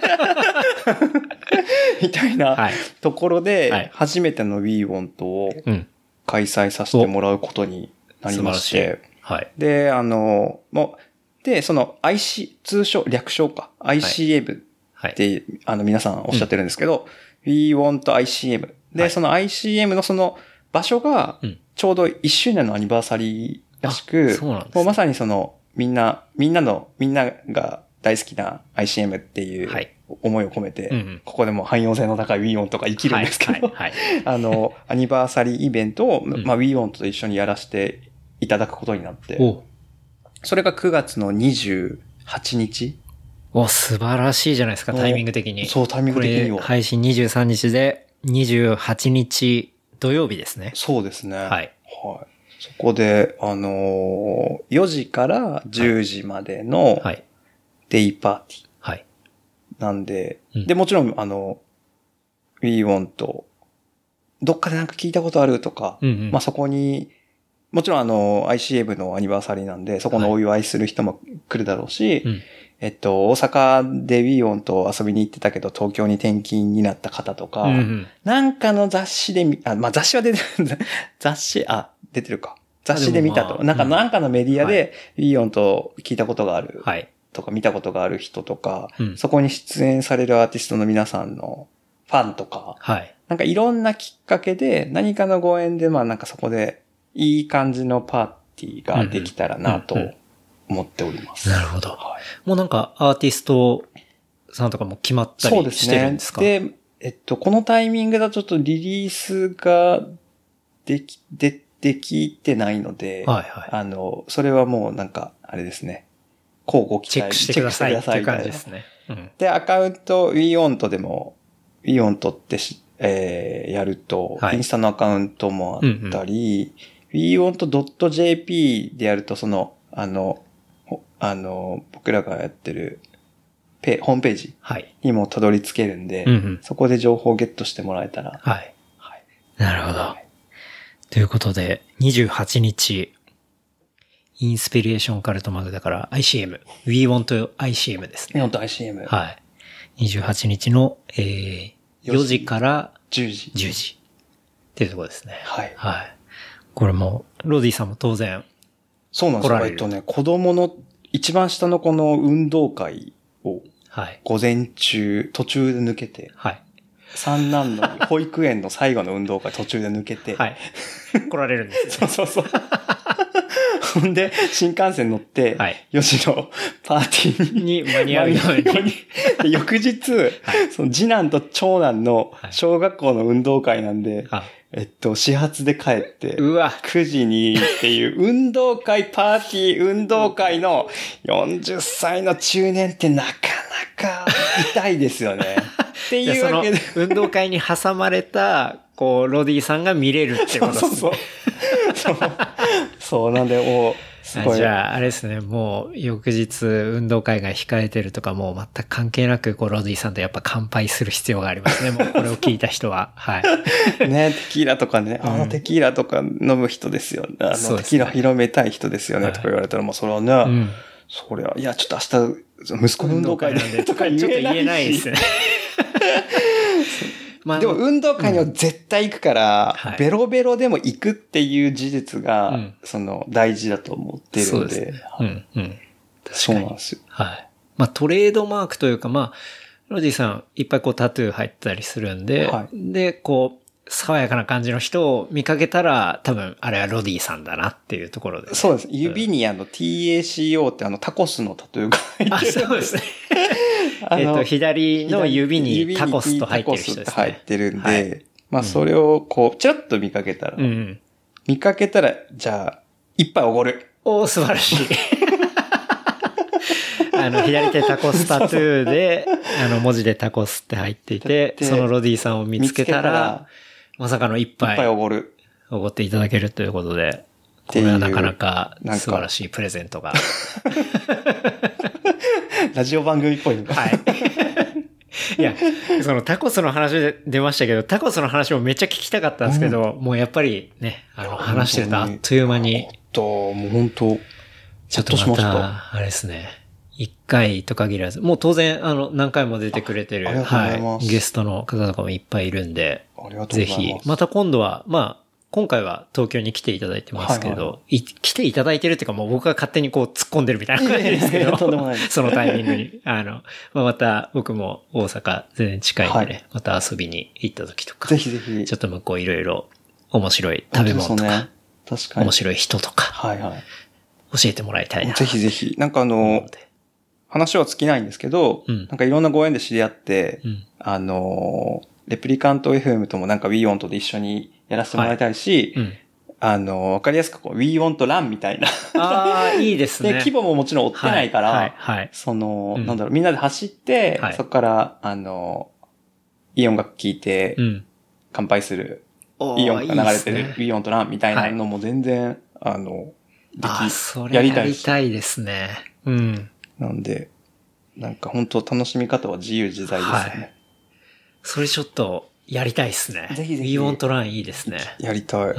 みたいなところで、初めての WeWant を開催させてもらうことになりまして、
はい、
で、その 通称、略称か、ICM って、皆さんおっしゃってるんですけど、WeWant ICM。で、その ICM のその場所が、ちょうど1周年のアニバーサリーらしく、もうまさにその、みんなが大好きな ICM っていう思いを込めて、ここでも汎用性の高い WeWant とか生きるんですけど、アニバーサリーイベントを、まあ、WeWant と一緒にやらせていただくことになって、それが9月の28日。
素晴らしいじゃないですか、タイミング的に。
そう、タイミング的には。
これ配信23日で、28日土曜日ですね。
そうですね。
はい。
はい。そこで、4時から10時までの、デイパーティー。
はい。
なんで、で、もちろん、WeWant、どっかでなんか聞いたことあるとか、まあ、そこに、もちろんICM のアニバーサリーなんで、そこのお祝いする人も来るだろうし、大阪で WeWant を遊びに行ってたけど、東京に転勤になった方とか、なんかの雑誌でまあ、雑誌は出てる、出てるか。雑誌で見たと。なんかのメディアで WeWant 聞いたことがある。とか見たことがある人とか、そこに出演されるアーティストの皆さんのファンとか、なんかいろんなきっかけで、何かのご縁で、まあなんかそこでいい感じのパーティーができたらなと思っております。
なるほど。もうなんかアーティストさんとかも決まったりしてるんですか？
そうですね。で、このタイミングだとちょっとリリースができてないので、それはもうなんか、あれですね。交互期待
チェックしてくださいっていう感じですね。
で、アカウント、WeWant でも、WeWant ってやると、インスタのアカウントもあったり、WeWant.jp でやると、その、僕らがやってるホームページにもたどり着けるんで、そこで情報をゲットしてもらえたら。
なるほど。ということで、28日、インスピレーションカルトマグだから ICM。WeWant ICM ですね。
WeWant ICM。
はい。28日の、4時から
10時。
10時。っていうところですね。
はい。
はい。これも、ロディさんも当然。
そうなんですよ。子供の一番下の子の運動会を、午前中、途中で抜けて。三男の保育園の最後の運動会途中で抜けて。
来られるんですよ。
そう。ほんで、新幹線乗って、吉野パーティー
に間に合うように。
で翌日、その次男と長男の小学校の運動会なんで、始発で帰って、9時にっていう運動会、パーティー運動会の40歳の中年ってなかなか痛いですよね。っていうわけで。
その運動会に挟まれた、ロディさんが見れるってことですね。
そうなんで、もう、すごい。
じゃあ、あれですね、もう、翌日、運動会が控えてるとか、もう全く関係なく、ロディさんとやっぱ乾杯する必要がありますね。もう、これを聞いた人は。はい。
ね、テキーラとかね、テキーラとか飲む人ですよ。テキーラ広めたい人ですよね、とか言われたら、もうそれはね、そりゃ、いや、ちょっと明日、息子の運動会なんで、とか言えないですね。まあ、でも運動会には絶対行くから、ベロベロでも行くっていう事実が、大事だと思ってるので。そうですね。そうなんですよ。
はい。まあ、トレードマークというか、まあ、ロディさん、いっぱいタトゥー入ってたりするんで、で、爽やかな感じの人を見かけたら、多分、あれはロディさんだなっていうところで、ね。
そうです。指にTACO ってタコスのタトゥーが入ってる。
そうですね。左の指にタコスと入ってる人ですね。
入ってるんで、まあそれをチラッと見かけたら、じゃあ、一杯おごる。
おー、素晴らしい。左手タコスタトゥーで、文字でタコスって入っていて、そのロディさんを見つけたら、まさかの一杯
おごる。
おごっていただけるということで、これはなかなか素晴らしいプレゼントが。
ラジオ番組っぽいのか。
はい。いや、そのタコスの話で出ましたけど、タコスの話もめっちゃ聞きたかったんですけど、もうやっぱりね、話してるとあっという間に。
もう本当
ちょっとまた、あれですね。一回と限らず、もう当然、何回も出てくれてる、はい、ゲストの方とかもいっぱいいるんで、ぜひ、また今度は、まあ、今回は東京に来ていただいてますけど、来ていただいてるっていうかもう僕が勝手に突っ込んでるみたいな感じですけど、そのタイミングに。また僕も大阪全然近いんでね、また遊びに行った時とか、
ぜひぜひ。
ちょっと向こういろいろ面白い食べ物とか、確かに面白い人とか、教えてもらいたいな。
ぜひぜひ。なんか話は尽きないんですけど、なんかいろんなご縁で知り合って、レプリカント FM ともなんか WeWant で一緒にやらせてもらいたいし、わかりやすくWeWant Run みたいな。
ああ、いいですね。
で、規模ももちろん追ってないから、なんだろう、みんなで走って、そこから、いい音楽聴いて、乾杯する、いい音楽が流れてる WeWant Run みたいなのも全然、
やりたいし。やりたいですね。うん。
なんで、なんか本当楽しみ方は自由自在ですよね。
それちょっとやりたいですね。
ぜひぜひ。
We Want Run いいですね。
やりたい。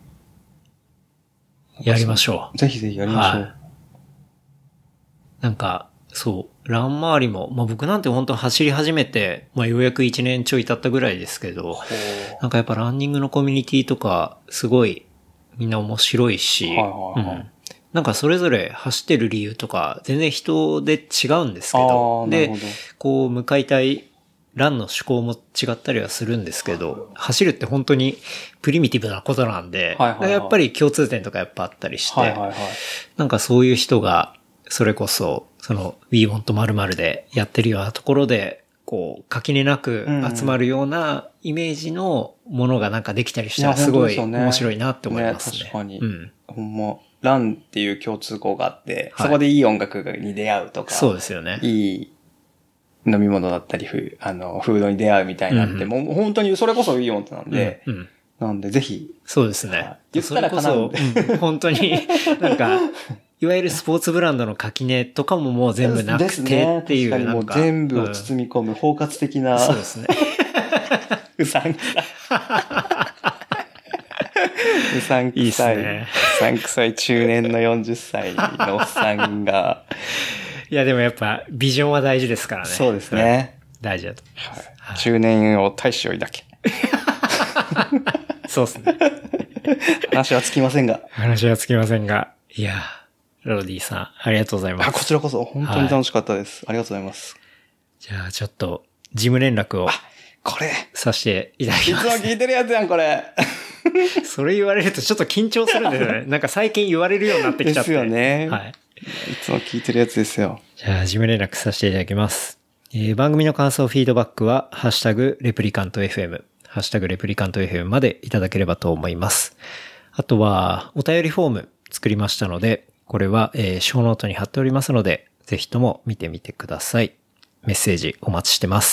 やりましょ
う。ぜひぜひやりましょう。
なんか、そう、ラン周りも、まあ僕なんて本当走り始めて、まあようやく1年ちょい経ったぐらいですけど、なんかやっぱランニングのコミュニティとか、すごいみんな面白いし、なんかそれぞれ走ってる理由とか、全然人で違うんですけど、で、向かいたいランの趣向も違ったりはするんですけど、走るって本当にプリミティブなことなんで、やっぱり共通点とかやっぱあったりして、なんかそういう人が、それこそ、We Want〇〇でやってるようなところで、垣根なく集まるようなイメージのものがなんかできたりしたらすごい面白いなって思いますね。
確かに。ほんま、ランっていう共通項があって、そこでいい音楽に出会うとか、
そうですよね。
いい飲み物だったり、フードに出会うみたいなって、もう本当にそれこそいい音なんで、なんでぜひ。
そうですね。
言ったらかなう。
本当に、なんか、いわゆるスポーツブランドの垣根とかももう全部なくてっていう。
もう全部を包み込む包括的な。
そうですね。
うさんくさい。いいっすね。うさんくさい中年の40歳のおっさんが。
いやでもやっぱビジョンは大事ですからね。
そうですね。
大事だと。
中年を大使を抱け。
そうですね。
話はつきませんが。
いや、ロディさん、ありがとうございます。
こちらこそ、本当に楽しかったです。ありがとうございます。
じゃあ、ちょっと、事務連絡を。
これ。
させていただきます。
いつも聞いてるやつやん、これ。
それ言われるとちょっと緊張するんですよね。なんか最近言われるようになってきちゃって。
ですよね。
はい。
いつも聞いてるやつですよ。
じゃあ、事務連絡させていただきます。番組の感想、フィードバックは、ハッシュタグ、レプリカント FM、ハッシュタグ、レプリカント FM までいただければと思います。あとは、お便りフォーム作りましたので、これは、ショーノートに貼っておりますので、ぜひとも見てみてください。メッセージお待ちしてます。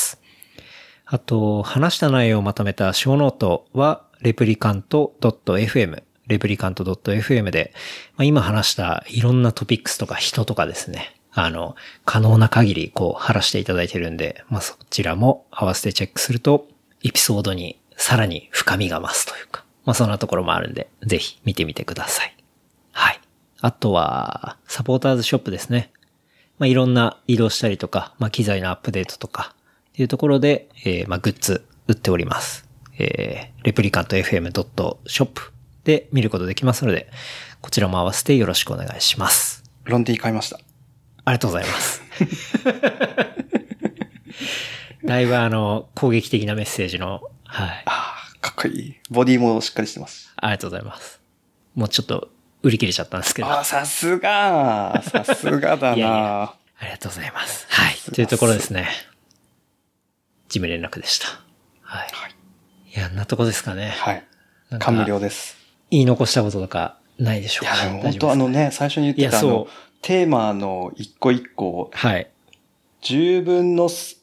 あと、話した内容をまとめたショーノートは、replicant.fm、 replicant.fm で、今話したいろんなトピックスとか人とかですね、可能な限り話していただいてるんで、そちらも合わせてチェックすると、エピソードにさらに深みが増すというか、そんなところもあるんで、ぜひ見てみてください。はい。あとは、サポーターズショップですね。いろんな移動したりとか、機材のアップデートとか、っていうところで、グッズ売っております。replicantfm.shop で見ることできますので、こちらも合わせてよろしくお願いします。
ロンティー買いました。
ありがとうございます。だいぶ攻撃的なメッセージの、はい。
かっこいい。ボディもしっかりしてます。
ありがとうございます。もうちょっと売り切れちゃったんですけど。
さすがだな。
いやいや、ありがとうございます。はい。というところですね。事務連絡でした。はい。いや、んなとこですかね。
はい。感無量です。
言い残したこととかないでしょうか。
いや、でも本当最初に言ってたテーマの一個一個。
はい。
10分の4。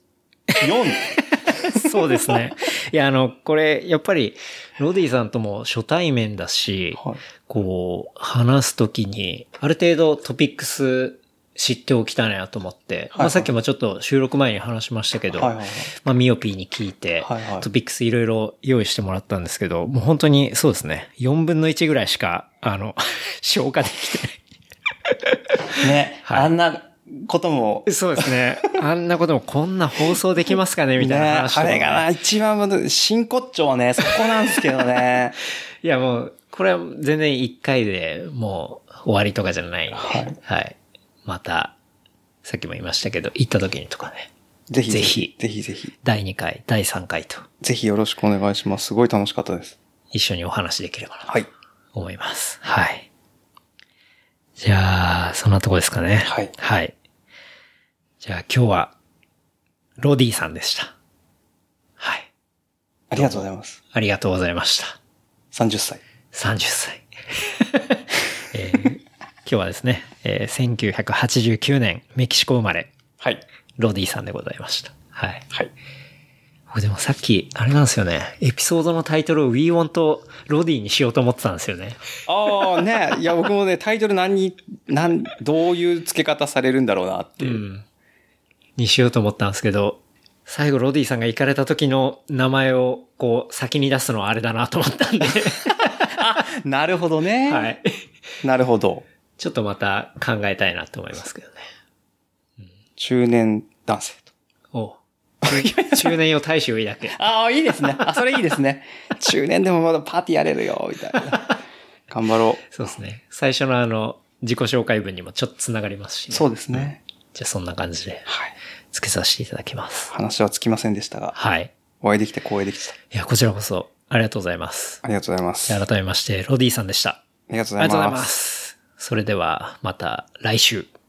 そうですね。いや、これ、やっぱり、ロディさんとも初対面だし、はい、話すときに、ある程度トピックス知っておきたいなと思って、さっきもちょっと収録前に話しましたけど、ミオピーに聞いて、トピックスいろいろ用意してもらったんですけど、もう本当にそうですね、4分の1ぐらいしか、消化できてない。
ね、あんなことも。
そうですね。あんなこともこんな放送できますかねみたいな話とか、
あれが一番真骨頂はね、そこなんですけどね。
いやもう、これは全然1回でもう終わりとかじゃないんで、はい。また、さっきも言いましたけど、行った時にとかね。
ぜひ。
第2回、第3回と。
ぜひよろしくお願いします。すごい楽しかったです。
一緒にお話できればなと思います。はい。じゃあ、そんなとこですかね。
はい。
はい。じゃあ今日は、ロディさんでした。はい。
ありがとうございます。
ありがとうございました。
30歳。
30歳。今日はですね、1989年メキシコ生まれ。
はい。
ロディさんでございました。はい。
はい。
僕でもさっき、あれなんですよね。エピソードのタイトルを We Want ロディにしようと思ってたんですよね。
ね。いや、僕もね、タイトルどういう付け方されるんだろうなっていう。
にしようと思ったんですけど、最後ロディさんが行かれた時の名前を先に出すのはあれだなと思ったんで。
なるほどね。
はい。
なるほど。
ちょっとまた考えたいなと思いますけどね。
中年男性と。
中年を大使を抱け。
いいですね。それいいですね。中年でもまだパーティーやれるよ、みたいな。頑張ろう。
そうですね。最初の自己紹介文にもちょっとつながりますしね。
そうですね。
じゃあそんな感じで。はい。つけさせていただきます。
話はつきませんでしたが。
はい。
お会いできて光栄でした。
いや、こちらこそありがとうございます。
ありがとうございます。
改めまして、ロディさんでした。
ありがとうございます。
ありがとうございます。それでは、また来週。